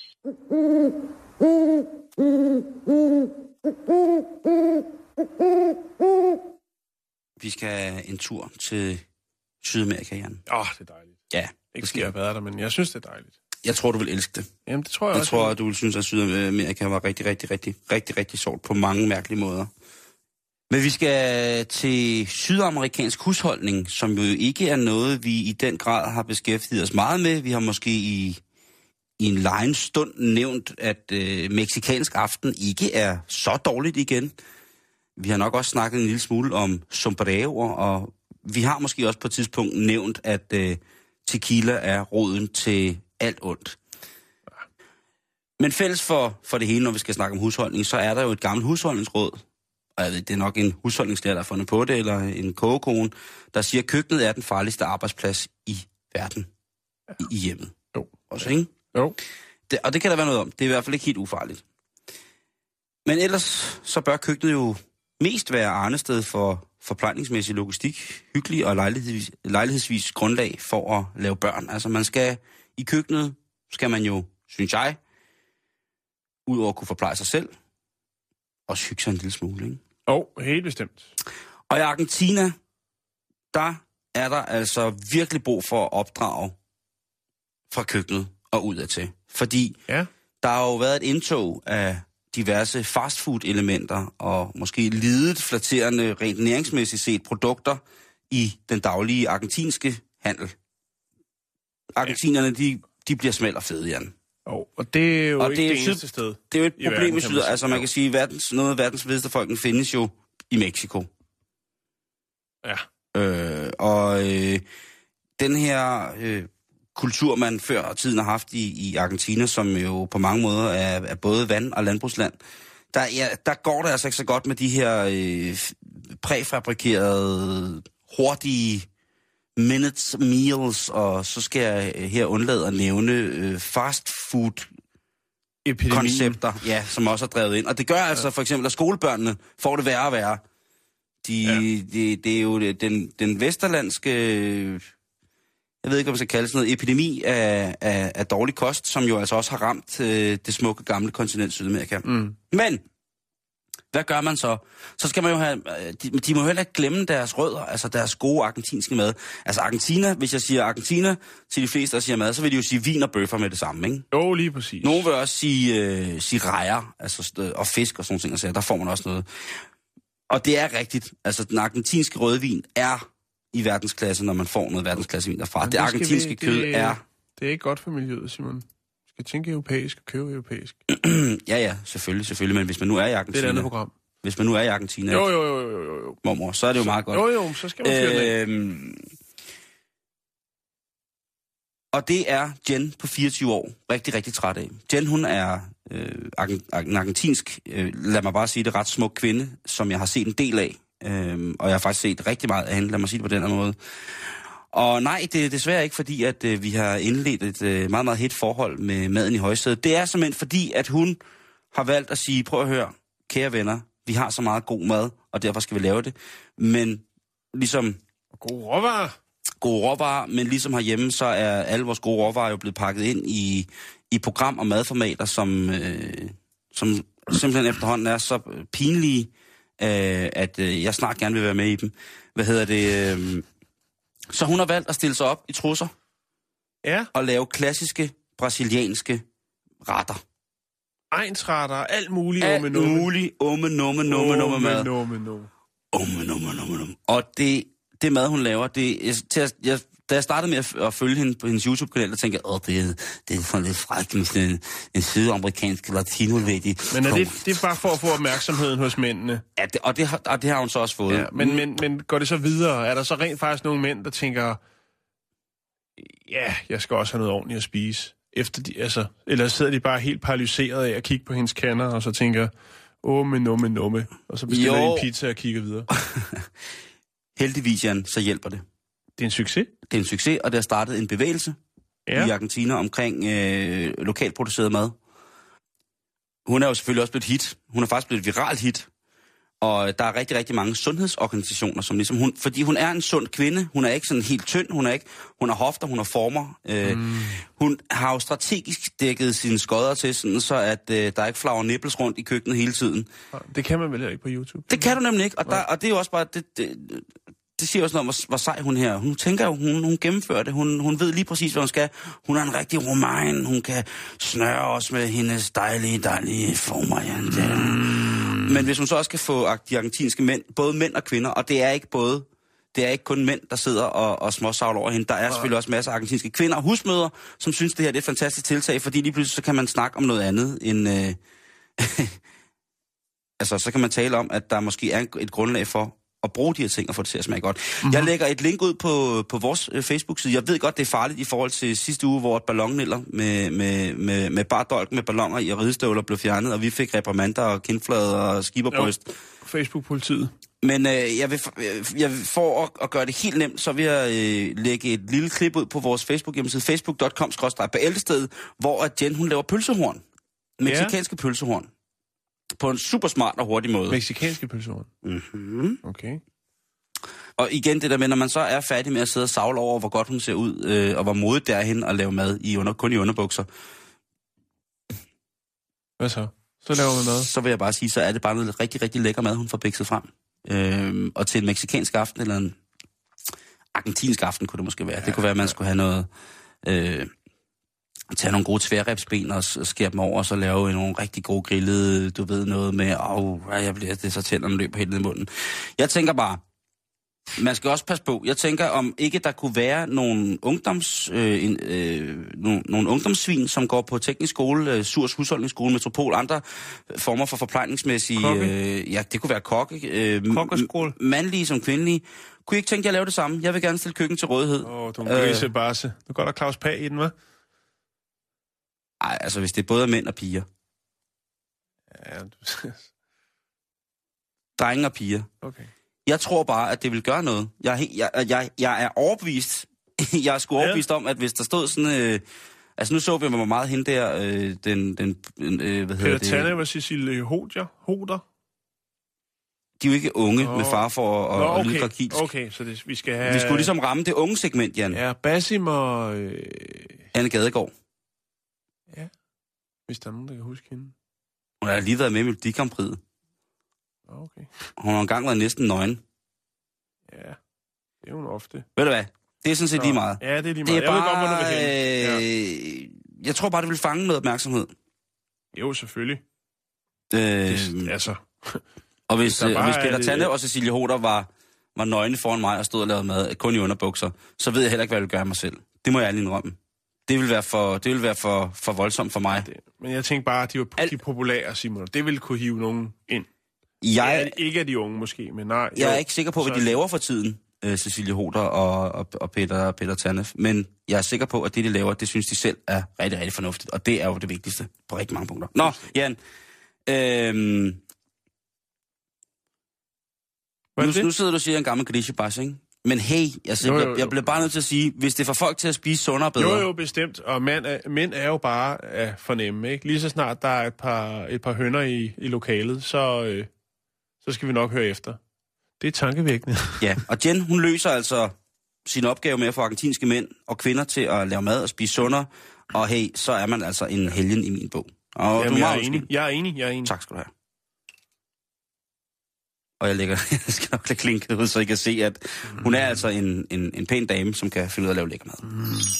Speaker 5: Vi skal en tur til Sydamerika, Jan.
Speaker 4: Det er dejligt.
Speaker 5: Ja.
Speaker 4: Ikke fordi jeg har været der, men jeg synes, det er dejligt.
Speaker 5: Jeg tror, du vil elske det.
Speaker 4: Jamen, det tror jeg også.
Speaker 5: Jeg tror, at du vil synes, at Sydamerika var rigtig sjovt på mange mærkelige måder. Men vi skal til sydamerikansk husholdning, som jo ikke er noget, vi i den grad har beskæftiget os meget med. Vi har måske i en legen stund nævnt, at mexikansk aften ikke er så dårligt igen. Vi har nok også snakket en lille smule om sombreroer, og vi har måske også på et tidspunkt nævnt, at tequila er roden til alt ondt. Men fælles for det hele, når vi skal snakke om husholdning, så er der jo et gammelt husholdningsråd, og jeg ved, det er nok en husholdningslærer, der har fundet på det, eller en kogekone, der siger, at køkkenet er den farligste arbejdsplads i verden. I hjemmet.
Speaker 4: Jo.
Speaker 5: Også, ikke?
Speaker 4: Jo.
Speaker 5: Og det kan der være noget om. Det er i hvert fald ikke helt ufarligt. Men ellers så bør køkkenet jo mest være arnested for forplejningsmæssig logistik, hyggelig og lejlighedsvis grundlag for at lave børn. Altså man skal i køkkenet, skal man jo, synes jeg, udover at kunne forpleje sig selv, også hygge sig en lille smule, ikke?
Speaker 4: Helt bestemt.
Speaker 5: Og i Argentina, der er der altså virkelig brug for at opdrage fra køkkenet og udadtil. Fordi der har jo været et indtog af diverse fastfood-elementer og måske lidet flatterende, rent næringsmæssigt set, produkter i den daglige argentinske handel. Argentinerne, de bliver smelt og fede, Jan.
Speaker 4: Og det er jo ikke det eneste sted.
Speaker 5: Det er jo et problem i Syd. Altså man kan sige, noget af verdens fedeste folken findes jo i Mexico.
Speaker 4: Ja.
Speaker 5: Den her kultur, man før tiden har haft i Argentina, som jo på mange måder er både vand- og landbrugsland, der går det altså ikke så godt med de her præfabrikerede, hurtige minutes meals, og så skal jeg her undlade at nævne fast food koncepter, som også er drevet ind. Og det gør altså for eksempel, at skolebørnene får det værre og værre. Det er jo den vesterlandske, jeg ved ikke, om man skal kalde sådan noget, epidemi af dårlig kost, som jo altså også har ramt det smukke gamle kontinent Sydamerika. Men hvad gør man så? Så skal man jo have, de må jo heller ikke glemme deres rødder, altså deres gode argentinske mad. Altså Argentina, hvis jeg siger Argentina til de fleste, der siger mad, så vil de jo sige vin og bøffer med det samme, ikke?
Speaker 4: Jo, lige præcis.
Speaker 5: Nogen vil også sige rejer, altså, og fisk og sådan ting, så der får man også noget. Og det er rigtigt, altså den argentinske rødvin er i verdensklasse, når man får noget verdensklassevin derfra. Det argentinske kød er...
Speaker 4: Det er ikke godt for miljøet, Simon. Du skal tænke europæisk og købe europæisk.
Speaker 5: ja, selvfølgelig. Men hvis man nu er i Argentina...
Speaker 4: Det er et andet program.
Speaker 5: Hvis man nu er i Argentina...
Speaker 4: Jo.
Speaker 5: Mormor, så er det jo meget godt.
Speaker 4: Jo, så skal man fyre
Speaker 5: og det er Jen på 24 år rigtig, rigtig træt af. Jen, hun er en argentinsk, lad mig bare sige det, ret smuk kvinde, som jeg har set en del af. Og jeg har faktisk set rigtig meget af hende, lad mig sige det på den her måde. Og nej, det er desværre ikke fordi, at vi har indledt et meget, meget hit forhold med maden i højsædet. Det er simpelthen fordi, at hun har valgt at sige, prøv at høre, kære venner, vi har så meget god mad, og derfor skal vi lave det. Men ligesom...
Speaker 4: Gode råvarer, men ligesom herhjemme, så er alle vores gode råvarer jo blevet pakket ind i program- og madformater, som simpelthen efterhånden er så pinlige, at jeg snart gerne vil være med i dem. Så hun har valgt at stille sig op i trusser og lave klassiske brasilianske retter. Egnsretter, alt muligt.
Speaker 5: Alt muligt, mad. Og det mad, hun laver, da jeg startede med at følge hende på hendes YouTube-kanal, der tænkte jeg, det er sådan lidt frækt med en sydamerikansk latino-lady.
Speaker 4: Men det er bare for at få opmærksomheden hos mændene?
Speaker 5: Ja, og det har hun så også fået.
Speaker 4: Ja, men går det så videre? Er der så rent faktisk nogle mænd, der tænker, jeg skal også have noget ordentligt at spise? Eller sidder de bare helt paralyseret af at kigge på hendes kander, og så tænker, numme, og så bestiller de en pizza og kigger videre?
Speaker 5: Heldigvis, Jan, så hjælper det.
Speaker 4: Det er en succes.
Speaker 5: Det er en succes, og det har startet en bevægelse i Argentina omkring lokalt produceret mad. Hun er jo selvfølgelig også blevet hit. Hun er faktisk blevet et viralt hit. Og der er rigtig, rigtig mange sundhedsorganisationer, som ligesom fordi hun er en sund kvinde. Hun er ikke sådan helt tynd. Hun har hofter, hun har former. Hun har jo strategisk dækket sine skodder til, sådan, så at der ikke flager nipples rundt i køkkenet hele tiden.
Speaker 4: Det kan man vel ikke på YouTube?
Speaker 5: Det kan du nemlig ikke, og det er jo også bare... Det siger også noget om, hvor sej hun her. Hun tænker jo, hun gennemfører det. Hun ved lige præcis, hvad hun skal. Hun er en rigtig roman. Hun kan snøre os med hendes dejlige former. Ja. Men hvis hun så også kan få de argentinske mænd, både mænd og kvinder, og det er ikke kun mænd, der sidder og småsavler over hende. Der er selvfølgelig også masser af argentinske kvinder og husmødre, som synes, det her det er et fantastisk tiltag, fordi lige pludselig så kan man snakke om noget andet end... altså, så kan man tale om, at der måske er et grundlag for at bruge de her ting og få det til at smage godt. Mm-hmm. Jeg lægger et link ud på vores Facebook-side. Jeg ved godt, det er farligt i forhold til sidste uge, hvor et ballonniller med bare dolk med balloner i og ridestøvler blev fjernet, og vi fik reprimander og kindflade og skiberbryst.
Speaker 4: Facebook-politiet.
Speaker 5: Men jeg vil for at gøre det helt nemt, så vil jeg lægge et lille klip ud på vores Facebook-hjemmeside, facebook.com/bæltestedet, hvor Jen, hun laver pølsehorn. Mexikanske pølsehorn. På en super smart og hurtig måde.
Speaker 4: Mexikanske pølsehorn?
Speaker 5: Mhm.
Speaker 4: Okay.
Speaker 5: Og igen det der med, når man så er færdig med at sidde og savle over, hvor godt hun ser ud, og hvor modigt det er hende at lave mad kun i underbukser.
Speaker 4: Hvad så? Så laver man mad?
Speaker 5: Så vil jeg bare sige, så er det bare noget rigtig, rigtig lækker mad, hun får bikset frem. Og til en mexikansk aften, eller en argentinsk aften kunne det måske være. Ja, det kunne være, at man skulle have noget... tage nogle gode tværribsben og skære dem over, og så lave nogle rigtig gode grillede, du ved, noget med, det er så tænderne løber helt ned i munden. Jeg tænker bare, man skal også passe på. Jeg tænker, om ikke der kunne være nogle nogle ungdomssvin, som går på teknisk skole, Surs husholdningsskole, Metropol, andre former for forplejningsmæssige... det kunne være
Speaker 4: kokkerskole.
Speaker 5: Mandlige som kvindelige. Kunne I ikke tænke jer at lave det samme? Jeg vil gerne stille køkken til rådighed.
Speaker 4: Du er en grisebarse. Du går der Claus Pag i den, hva'?
Speaker 5: Nej, altså hvis det er både mænd og piger.
Speaker 4: Ja,
Speaker 5: drenge og piger.
Speaker 4: Okay.
Speaker 5: Jeg tror bare, at det vil gøre noget. Jeg er overbevist. Jeg er sgu overbevist om, at hvis der stod sådan... altså nu så vi mig meget hende der, hvad hedder det?
Speaker 4: Tanne og Cecilie Hoder.
Speaker 5: De er jo ikke unge med far for at lyde grakilsk.
Speaker 4: Okay, så vi skal have...
Speaker 5: Vi skulle ligesom ramme det unge segment, Jan.
Speaker 4: Ja, Basim og...
Speaker 5: Anne Gadegaard.
Speaker 4: Ja, hvis der er nogen, der kan huske hende.
Speaker 5: Hun har lige været med i Melodi Grand Prix.
Speaker 4: Okay.
Speaker 5: Hun har engang været næsten nøgen.
Speaker 4: Ja, det er hun ofte.
Speaker 5: Ved du hvad? Det er sådan set lige meget.
Speaker 4: Ja, det er lige meget. Jeg ved godt, hvor du vil hen. Ja.
Speaker 5: Jeg tror bare, det vil fange noget opmærksomhed.
Speaker 4: Jo, selvfølgelig. Altså...
Speaker 5: Og hvis Peter Tanne og Cecilie Hoder var nøgne foran mig og stod og lavede mad, kun i underbukser, så ved jeg heller ikke, hvad jeg vil gøre mig selv. Det må jeg ærligt indrømme. Det vil være for voldsomt for mig.
Speaker 4: Men jeg tænker bare, at de er populære, Simon. Det vil kunne hive nogen ind. Ikke af de unge måske, men nej.
Speaker 5: Jeg er ikke sikker på, hvad de laver for tiden, Cecilie Hoder og Peter Tanne. Men jeg er sikker på, at det, de laver, det synes de selv er rigtig, rigtig fornuftigt. Og det er jo det vigtigste på rigtig mange punkter. Nå, Jan. Nu sidder du og siger en gammel grisebass, ikke? Men hey, altså, jeg bliver bare nødt til at sige, hvis det får folk til at spise sundere og bedre...
Speaker 4: Jo, bestemt. Og mænd er jo bare at fornemme, ikke? Lige så snart der er et par høner i lokalet, så skal vi nok høre efter. Det er tankevækkende.
Speaker 5: Ja, og Jen, hun løser altså sin opgave med at få argentinske mænd og kvinder til at lave mad og spise sundere. Og hey, så er man altså en helgen i min bog. Og
Speaker 4: jamen, jeg er enig.
Speaker 5: Tak skal du have. Og jeg skal nok lade klinket ud, så I kan se, at hun er altså en pæn dame, som kan finde ud af at lave lækker mad.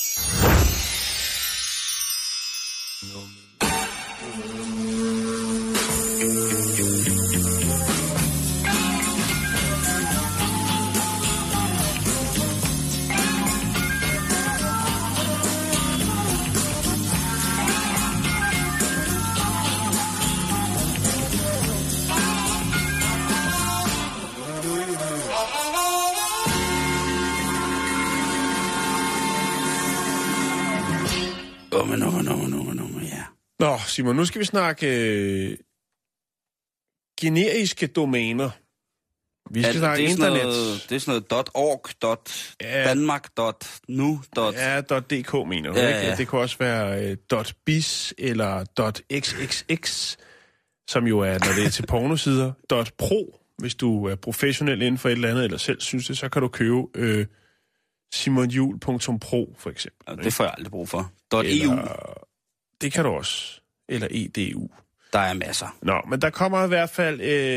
Speaker 5: Ja.
Speaker 4: Nå, Simon, nu skal vi snakke generiske domæner. Vi skal snakke internet.
Speaker 5: Det er sådan noget .org, .danmark, .nu.
Speaker 4: Ja, .dk mener du, ikke? Det kan også være .biz eller .xxx, som jo er, når det er til pornosider. .pro, hvis du er professionel inden for et eller andet, eller selv synes det, så kan du købe simonjuhl.pro, for eksempel.
Speaker 5: Ja, det får jeg aldrig brug for.
Speaker 4: Eller,
Speaker 5: .eu.
Speaker 4: Det kan du også. Eller edu.
Speaker 5: Der er masser.
Speaker 4: Nå, men der kommer i hvert fald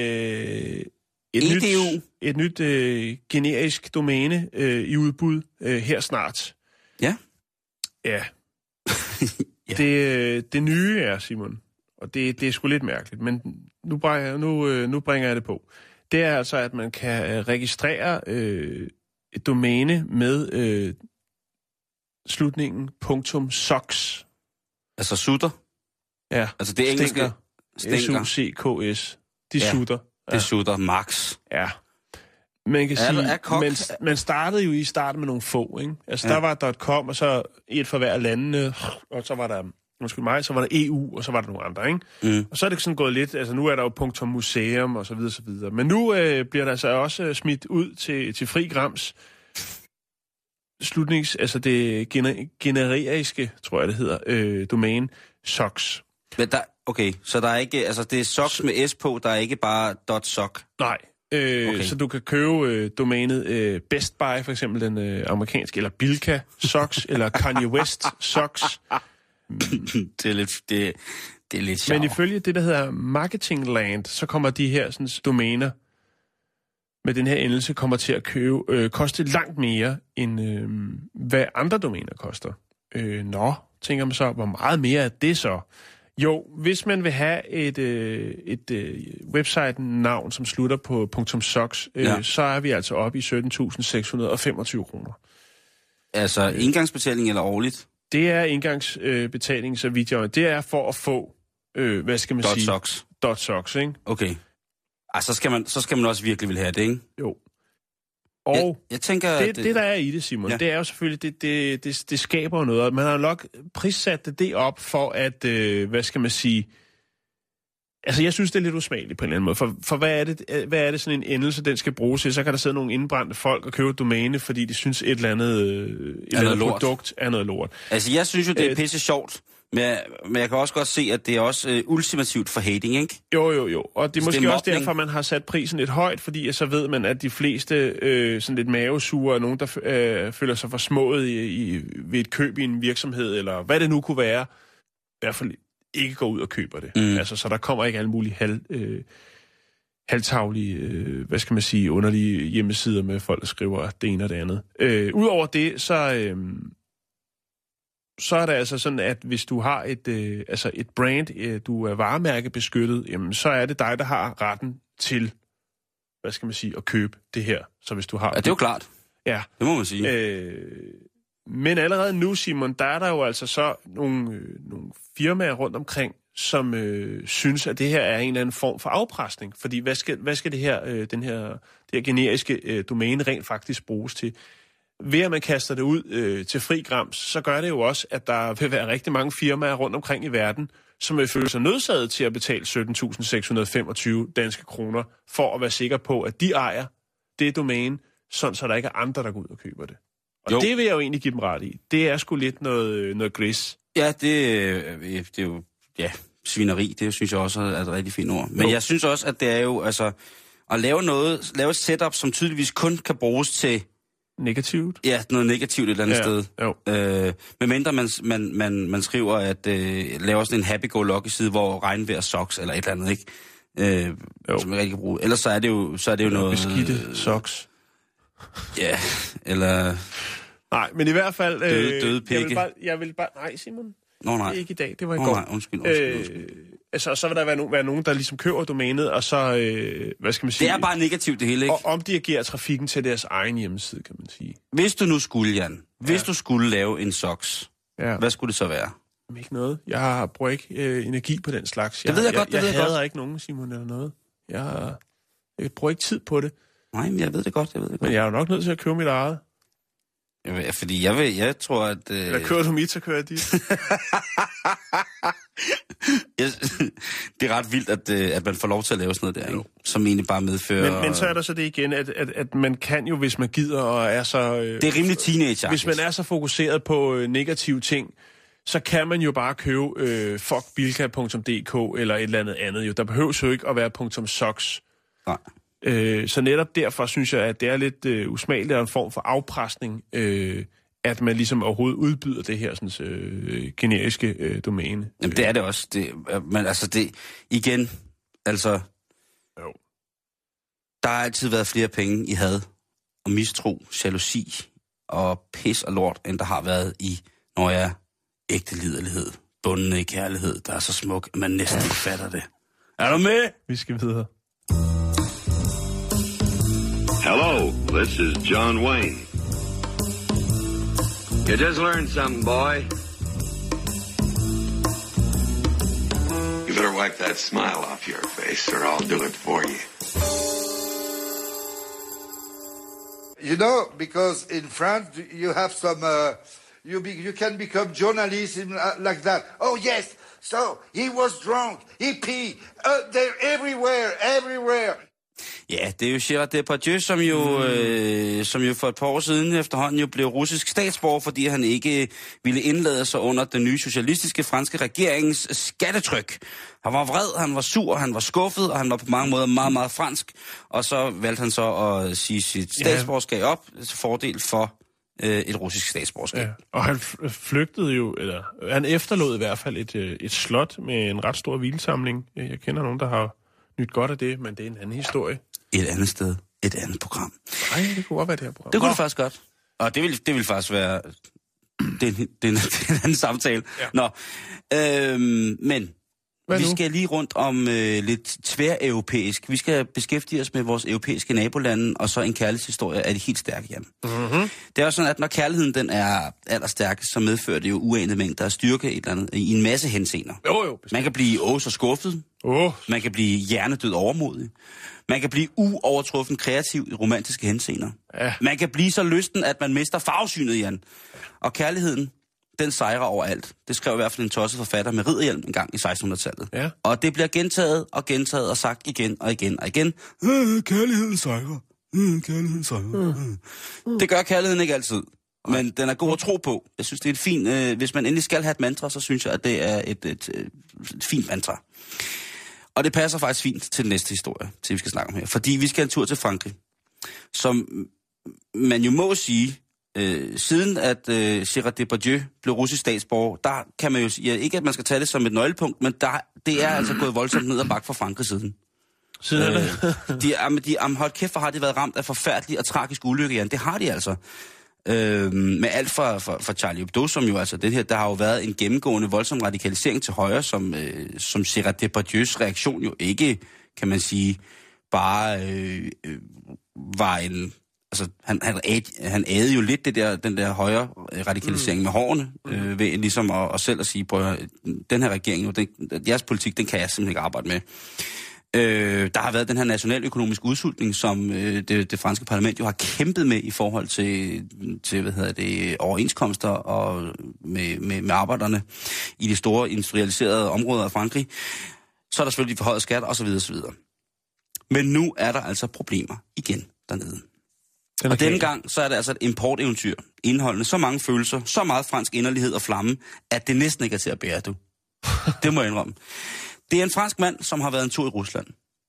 Speaker 4: et nyt generisk domæne i udbud her snart.
Speaker 5: Ja?
Speaker 4: Ja.
Speaker 5: Ja.
Speaker 4: Det nye er, Simon, og det er sgu lidt mærkeligt, men nu bringer jeg det på. Det er altså, at man kan registrere et domæne med slutningen .sox.
Speaker 5: Altså sutter?
Speaker 4: Ja.
Speaker 5: Altså det engelske?
Speaker 4: S-U-C-K-S. De sutter.
Speaker 5: Det sutter max.
Speaker 4: Ja. Man kan sige, man startede jo i starten med nogle få, ikke? Altså der var .com, og så et for hver landene, og så var der, så var der EU, og så var der nogle andre, ikke?
Speaker 5: Mm.
Speaker 4: Og så er det sådan gået lidt, altså nu er der jo .museum, og så videre, så videre. Men nu bliver der altså også smidt ud til fri grams altså det generiske, tror jeg det hedder, domæne, SOX.
Speaker 5: Men okay, så der er ikke, altså det er SOX med S på, der er ikke bare .soc?
Speaker 4: Nej. Okay. Så du kan købe domænet Best Buy, for eksempel den amerikanske, eller Bilka Socks, eller Kanye West Socks.
Speaker 5: Det er lidt sjovt.
Speaker 4: Men ifølge det, der hedder Marketingland, så kommer de her sådan, domæner med den her endelse kommer til at koste langt mere, end hvad andre domæner koster. Tænker man så, hvor meget mere er det så? Jo, hvis man vil have et website-navn, som slutter på .sox, så er vi altså oppe i 17.625 kroner.
Speaker 5: Altså indgangsbetaling eller årligt?
Speaker 4: Det er indgangsbetaling, så vidt jeg. Det er for at få, hvad skal man sige? .sox, ikke?
Speaker 5: Okay. Så skal man også virkelig vil have det, ikke?
Speaker 4: Jo. Og
Speaker 5: jeg tænker,
Speaker 4: det der er i det, Simon, det er jo selvfølgelig, det skaber jo noget. Man har nok prissat det op for at, hvad skal man sige, altså jeg synes, det er lidt usmageligt på en eller anden måde. For hvad er det sådan en endelse, den skal bruges til? Så kan der sidde nogle indbrændte folk og købe et domæne, fordi de synes et eller andet produkt er noget lort.
Speaker 5: Altså jeg synes jo, det er pisse sjovt. Men jeg kan også godt se, at det er også ultimativt for hating, ikke?
Speaker 4: Jo. Og det er måske også derfor, man har sat prisen lidt højt, fordi så ved man, at de fleste sådan lidt mavesure er nogen, der føler sig forsmået ved et køb i en virksomhed, eller hvad det nu kunne være, i hvert fald ikke går ud og køber det. Altså, så der kommer ikke alle mulige halvtaglige, hvad skal man sige, underlige hjemmesider med folk, der skriver det ene og det andet. Udover det, så er det altså sådan, at hvis du har et brand, du er varemærkebeskyttet, jamen så er det dig, der har retten til, hvad skal man sige, at købe det her. Så hvis du har...
Speaker 5: Ja, det er jo klart.
Speaker 4: Ja.
Speaker 5: Det må man sige.
Speaker 4: Men allerede nu, Simon, der er der jo altså så nogle firmaer rundt omkring, som synes, at det her er en eller anden form for afpresning. Fordi hvad skal det her, det her generiske domæne rent faktisk bruges til? Ved at man kaster det ud til fri grams, så gør det jo også, at der vil være rigtig mange firmaer rundt omkring i verden, som vil føle sig nødsaget til at betale 17.625 danske kroner, for at være sikker på, at de ejer det domæne, sådan så der ikke er andre, der går ud og køber det. Og det vil jeg jo egentlig give dem ret i. Det er sgu lidt noget gris. Ja,
Speaker 5: det er jo svineri. Det synes jeg også er et rigtig fint ord. Men jeg synes også, at det er jo altså at lave et setup, som tydeligvis kun kan bruges til
Speaker 4: negativt?
Speaker 5: Ja, noget negativt et eller andet sted. Medmindre man skriver, at laver sådan en happy-go-lucky-side, hvor regnvejr socks eller et eller andet, ikke? Som man rigtig kan bruge. Ellers så er det jo noget...
Speaker 4: Beskidte socks.
Speaker 5: Ja, eller...
Speaker 4: Nej, men i hvert fald...
Speaker 5: Døde pikke.
Speaker 4: Jeg vil bare... Nej, Simon.
Speaker 5: Nej.
Speaker 4: Ikke i dag, det var i går.
Speaker 5: Nej, undskyld.
Speaker 4: Altså, så vil der være nogen, der ligesom køber domænet, og så, hvad skal man sige...
Speaker 5: Det er bare negativt det hele, ikke?
Speaker 4: Og omdirigerer trafikken til deres egen hjemmeside, kan man sige.
Speaker 5: Hvis du nu skulle, Jan, du skulle lave en socks, hvad skulle det så være?
Speaker 4: Ikke noget. Jeg bruger ikke energi på den slags.
Speaker 5: Det ved jeg godt,
Speaker 4: jeg hader ikke nogen, Simon, eller noget. Jeg bruger ikke tid på det.
Speaker 5: Nej, men jeg ved det godt,
Speaker 4: Men jeg er jo nok nødt til at købe mit eget.
Speaker 5: Fordi jeg tror, at...
Speaker 4: Eller kører du mit, så kører jeg dit.
Speaker 5: Det er ret vildt, at man får lov til at lave sådan noget der, ikke? Som egentlig bare medfører...
Speaker 4: Men så er der så det igen, at man kan jo, hvis man gider og er så...
Speaker 5: det er rimelig teenager.
Speaker 4: Hvis man er så fokuseret på negative ting, så kan man jo bare købe fuckbilka.dk eller et eller andet jo. Der behøves jo ikke at være .socks.
Speaker 5: Nej.
Speaker 4: Så netop derfor synes jeg, at det er lidt usmageligt og en form for afpresning, at man ligesom overhovedet udbyder det her sådan, generiske domæne.
Speaker 5: Jamen det er det også. Men altså det... Igen, altså...
Speaker 4: Jo.
Speaker 5: Der har altid været flere penge i had og mistro, jalousi og pis og lort, end der har været i, når jeg ægte liderlighed, bundne i kærlighed, der er så smuk, at man næsten ikke fatter det. Er du med?
Speaker 4: Vi skal videre.
Speaker 6: Hello, this is John Wayne. You just learned something, boy. You better wipe that smile off your face, or I'll do it for you.
Speaker 7: You know, because in France you have some, you can become journalist like that. Oh yes, so he was drunk, he peed, they're everywhere.
Speaker 5: Ja, det er jo Gérard Depardieu, som jo for et par år siden efterhånden jo blev russisk statsborger, fordi han ikke ville indlade sig under den nye socialistiske franske regerings skattetryk. Han var vred, han var sur, han var skuffet, og han var på mange måder meget, meget fransk. Og så valgte han så at sige sit statsborgerskab op til fordel for et russisk statsborgerskab. Ja.
Speaker 4: Og han flygtede jo, eller han efterlod i hvert fald et slot med en ret stor hvilesamling. Jeg kender nogen, der har nyt godt af det, men det er en anden historie.
Speaker 5: Et andet sted, et andet program.
Speaker 4: Nej, det kunne godt være det her program.
Speaker 5: Det kunne det faktisk godt. Og det vil faktisk være... Det er en anden samtale. Ja. Nå, men vi skal lige rundt om lidt tværeuropæisk. Vi skal beskæftige os med vores europæiske nabolande, og så en kærlighedshistorie af det helt stærke, Jan. Mm-hmm. Det er jo sådan, at når kærligheden den er allerstærkest, så medfører det jo uanede mængder af styrke et eller andet, i en masse henseender.
Speaker 4: Jo,
Speaker 5: man kan blive så skuffet. Man kan blive hjernedød overmodig. Man kan blive uovertruffen kreativ i romantiske henseender. Ja. Man kan blive så lysten, at man mister farvesynet, Jan. Og kærligheden, den sejrer overalt. Det skrev i hvert fald en tosset forfatter med ridderhjelm en gang i 1600-tallet. Ja. Og det bliver gentaget og sagt igen og igen og igen. Kærligheden sejrer. Kærligheden sejrer. Det gør kærligheden ikke altid. Men den er god at tro på. Jeg synes, det er et fint... hvis man endelig skal have et mantra, så synes jeg, at det er et fint mantra. Og det passer faktisk fint til den næste historie, til vi skal snakke om her. Fordi vi skal en tur til Frankrig. Som man jo må sige, siden at Gérard Depardieu blev russisk statsborger, der kan man jo sige, ikke at man skal tage det som et nøglepunkt, men det er altså gået voldsomt ned ad bakke for Frankrig siden. Hold kæft, for har de været ramt af forfærdelig og tragisk ulykke, Jan. Det har de altså. Med alt fra Charlie Hebdo, som jo altså det her, der har jo været en gennemgående voldsom radikalisering til højre, som Gérard Depardieu's reaktion jo ikke, kan man sige, bare var en... Altså, han ædede jo lidt den der højre radikalisering med hårene, ved ligesom at selv at sige, prøv at den her regering, jo, jeres politik, den kan jeg simpelthen ikke arbejde med. Der har været den her nationaløkonomiske udsultning, som det franske parlament jo har kæmpet med i forhold til overenskomster og med arbejderne i de store industrialiserede områder af Frankrig. Så er der selvfølgelig de forhøjede skatter osv. osv. Men nu er der altså problemer igen dernede. Og denne gang, så er det altså et importeventyr, indeholdende så mange følelser, så meget fransk inderlighed og flamme, at det næsten ikke er til at bære, du. Det må jeg indrømme. Det er en fransk mand, som har været en tur i Rusland.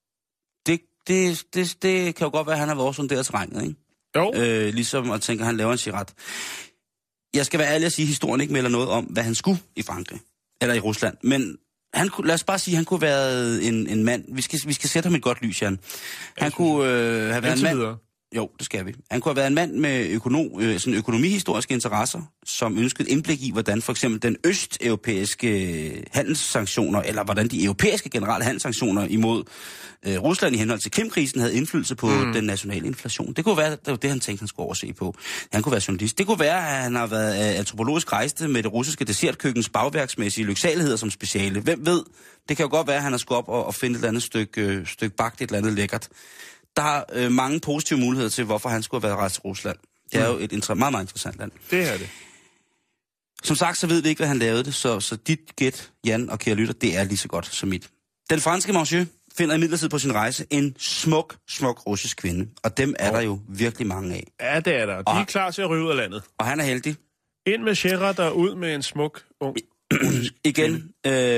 Speaker 5: Det kan jo godt være, at han har været sådan der terrænet, ikke?
Speaker 4: Jo.
Speaker 5: Ligesom at tænke, at han laver en Chirac. Jeg skal være ærlig at sige, at historien ikke melder noget om, hvad han skulle i Frankrig. Eller i Rusland. Men lad os bare sige, at han kunne være en mand. Vi skal sætte ham et godt lys, Jan. Han kunne have været en mand... Videre. Jo, det skal vi. Han kunne have været en mand med sådan økonomihistoriske interesser, som ønskede indblik i, hvordan for eksempel den østeuropæiske handelssanktioner, eller hvordan de europæiske generelle handelssanktioner imod Rusland i henhold til Krimkrisen havde indflydelse på den nationale inflation. Det kunne være, det var det, han tænkte, han skulle overse på. Han kunne være journalist. Det kunne være, at han har været antropologisk rejste med det russiske dessertkøkkens bagværksmæssige lyksaligheder som speciale. Hvem ved? Det kan jo godt være, at han har skulle op og finde et eller andet stykke bagt, et eller andet lækkert. Der er mange positive muligheder til, hvorfor han skulle have været rejst til Rusland. Det er jo et meget, meget interessant land.
Speaker 4: Det er det.
Speaker 5: Som sagt, så ved vi ikke, hvad han lavede det, så dit gæt, Jan og kære lytter, det er lige så godt som mit. Den franske monsieur finder imidlertid på sin rejse en smuk russisk kvinde, og dem er der jo virkelig mange af.
Speaker 4: Ja, det er der. De er klar til at ryge ud af landet.
Speaker 5: Og han er heldig.
Speaker 4: Ind med Sherat og ud med en smuk, ung russisk
Speaker 5: igen,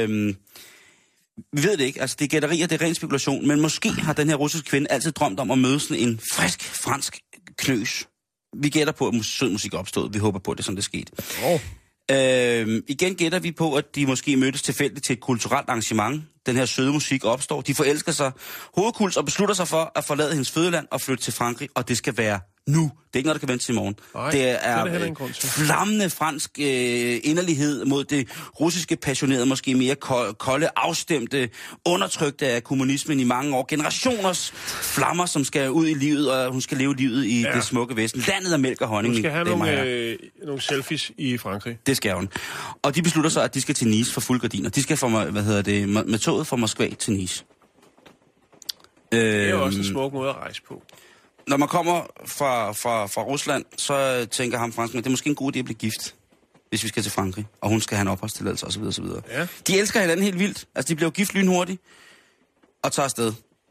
Speaker 5: vi ved det ikke, altså det er gætterier, det er ren spekulation, men måske har den her russiske kvinde altid drømt om at møde sådan en frisk fransk knøs. Vi gætter på, at sød musik er opstået. Vi håber på, at det er sådan, det skete. Igen gætter vi på, at de måske mødtes tilfældigt til et kulturelt arrangement. Den her søde musik opstår. De forelsker sig hovedkuls og beslutter sig for at forlade hendes fødeland og flytte til Frankrig, og det skal være nu. Det er ikke noget, der kan vente til i morgen. Det er flammende fransk inderlighed mod det russiske passionerede, måske mere kolde, afstemte, undertrykte af kommunismen i mange år. Generationers flammer, som skal ud i livet, og hun skal leve livet i det smukke vesten. Landet af mælk og honning.
Speaker 4: Hun skal have nogle selfies i Frankrig.
Speaker 5: Det skal hun. Og de beslutter sig, at de skal til Nice for fuld gardiner. De skal med toget fra Moskva til Nice.
Speaker 4: Det er jo også en smuk måde at rejse på.
Speaker 5: Når man kommer fra Rusland, så tænker ham franskmænd, det er måske en god idé at blive gift, hvis vi skal til Frankrig, og hun skal have en opholdstilladelse osv. osv.
Speaker 4: Ja.
Speaker 5: De elsker hinanden helt vildt. Altså, de bliver jo gift lynhurtigt og tager afsted.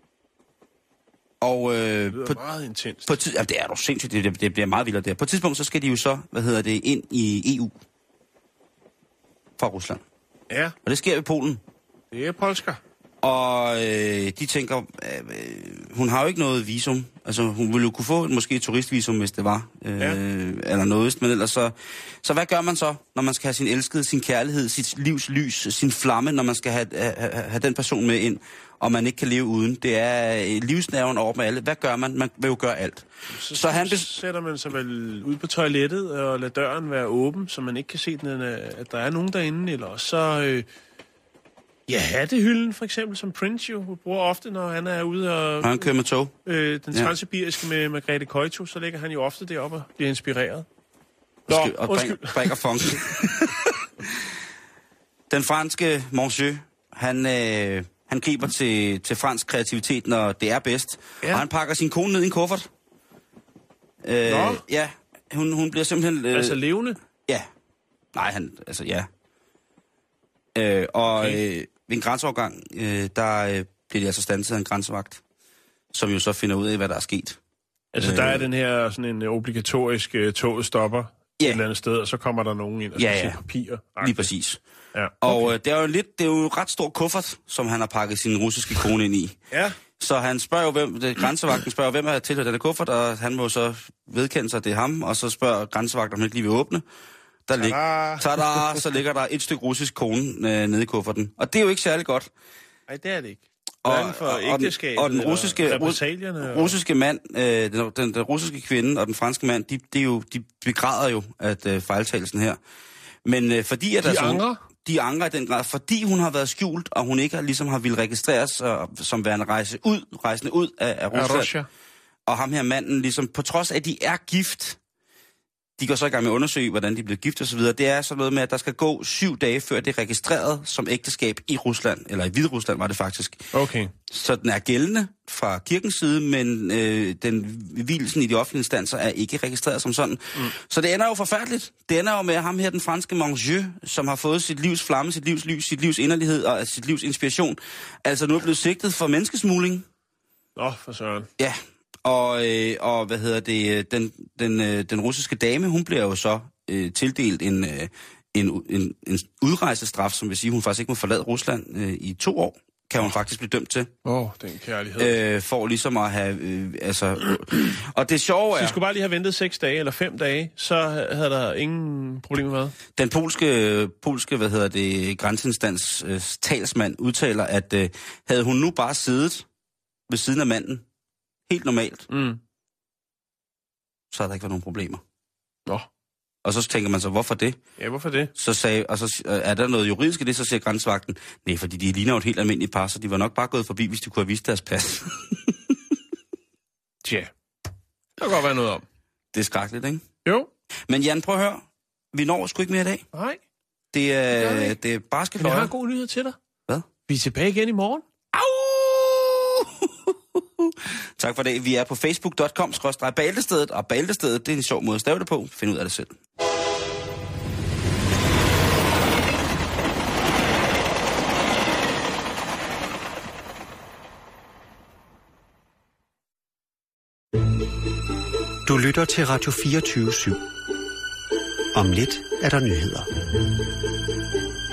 Speaker 5: Og
Speaker 4: det er meget intenst.
Speaker 5: Ja, det er jo sindssygt, det bliver meget vildere der. På et tidspunkt, så skal de jo så, ind i EU fra Rusland.
Speaker 4: Ja.
Speaker 5: Og det sker ved Polen.
Speaker 4: Det er polsker.
Speaker 5: Og de tænker, hun har jo ikke noget visum. Altså, hun ville jo kunne få måske et turistvisum, hvis det var. Eller noget, men ellers så... Så hvad gør man så, når man skal have sin elskede, sin kærlighed, sit livs lys, sin flamme, når man skal have den person med ind, og man ikke kan leve uden? Det er livsnerven over med alle. Hvad gør man? Man vil jo gøre alt.
Speaker 4: Så han sætter man sig vel ud på toilettet og lader døren være åben, så man ikke kan se, at der er nogen derinde, eller så... Ja, hattehylden for eksempel, som Prince jo bruger ofte, når han er ude og...
Speaker 5: Han kører med tog.
Speaker 4: Den transsibiriske med Margrethe Koyto, så ligger han jo ofte deroppe og bliver inspireret.
Speaker 5: Og bringer funky. Den franske monsieur, han griber til fransk kreativitet, når det er bedst. Ja. Og han pakker sin kone ned i en kuffert. Ja, hun bliver simpelthen...
Speaker 4: Altså levende?
Speaker 5: Ja. Nej, ved en grænseovergang, der bliver de altså standset af en grænsevagt, som jo så finder ud af, hvad der er sket.
Speaker 4: Altså der er den her sådan en obligatorisk toget stopper et eller andet sted, og så kommer der nogen ind og skal se papirer.
Speaker 5: Lige præcis.
Speaker 4: Ja.
Speaker 5: Okay. Og det er jo en ret stor kuffert, som han har pakket sin russiske kone ind i.
Speaker 4: Ja.
Speaker 5: Så han spørger grænsevagten spørger, hvem har tilhørt denne kuffert, og han må så vedkende sig, at det er ham, og så spørger grænsevagten, om han ikke lige vil åbne. Så ligger der et stykke russisk kone nede i kufferten. Og det er jo ikke særlig godt.
Speaker 4: Nej, det er det ikke.
Speaker 5: Og den russiske mand, den russiske kvinde og den franske mand, de begræder jo at fejltagelsen her. Men fordi at de angrer i den grad, fordi hun har været skjult, og hun ikke ligesom har ville registreres som værende rejsende ud af Rusland. Og ham her manden, ligesom på trods af, at de er gift, de går så i gang med at undersøge, hvordan de bliver gift og så videre. Det er sådan noget med, at der skal gå 7 dage, før det er registreret som ægteskab i Rusland. Eller i Hviderusland var det faktisk.
Speaker 4: Okay.
Speaker 5: Så den er gældende fra kirkens side, men den vielsen i de offentlige instanser er ikke registreret som sådan. Så det ender jo forfærdeligt. Det ender jo med ham her, den franske monsieur, som har fået sit livs flamme, sit livs lys, sit livs inderlighed og sit livs inspiration. Altså nu er blevet sigtet for menneskesmugling.
Speaker 4: For søren.
Speaker 5: Ja. Og den russiske dame, hun bliver jo så tildelt en udrejsestraf, som vil sige, hun faktisk ikke må forlade Rusland i 2 år, kan hun faktisk blive dømt til.
Speaker 4: Den kærlighed. For
Speaker 5: ligesom at have, og det sjove er...
Speaker 4: Så de skulle bare lige have ventet 6 dage eller 5 dage, så havde der ingen problemer med.
Speaker 5: Den polske grænseinstans talsmand udtaler, at havde hun nu bare siddet ved siden af manden, helt normalt, så har der ikke været nogen problemer. Og så tænker man så, hvorfor det?
Speaker 4: Ja, hvorfor det?
Speaker 5: Så er der noget juridisk i det, så siger grænsevagten, nej, fordi de ligner jo et helt almindeligt par, så de var nok bare gået forbi, hvis de kunne have vist deres pas.
Speaker 4: Tja, der kan godt være noget om.
Speaker 5: Det er skrækkeligt, ikke?
Speaker 4: Jo.
Speaker 5: Men Jan, prøv at høre. Vi når sgu ikke mere i dag.
Speaker 4: Nej.
Speaker 5: Det er barske fløjer.
Speaker 4: Men jeg har en god nyhed til dig.
Speaker 5: Hvad?
Speaker 4: Vi er tilbage igen i morgen.
Speaker 5: Tak for det. Vi er på facebook.com/Bæltestedet, og Bæltestedet, det er en sjov måde at stave det på. Find ud af det selv.
Speaker 3: Du lytter til Radio 24/7. Om lidt er der nyheder.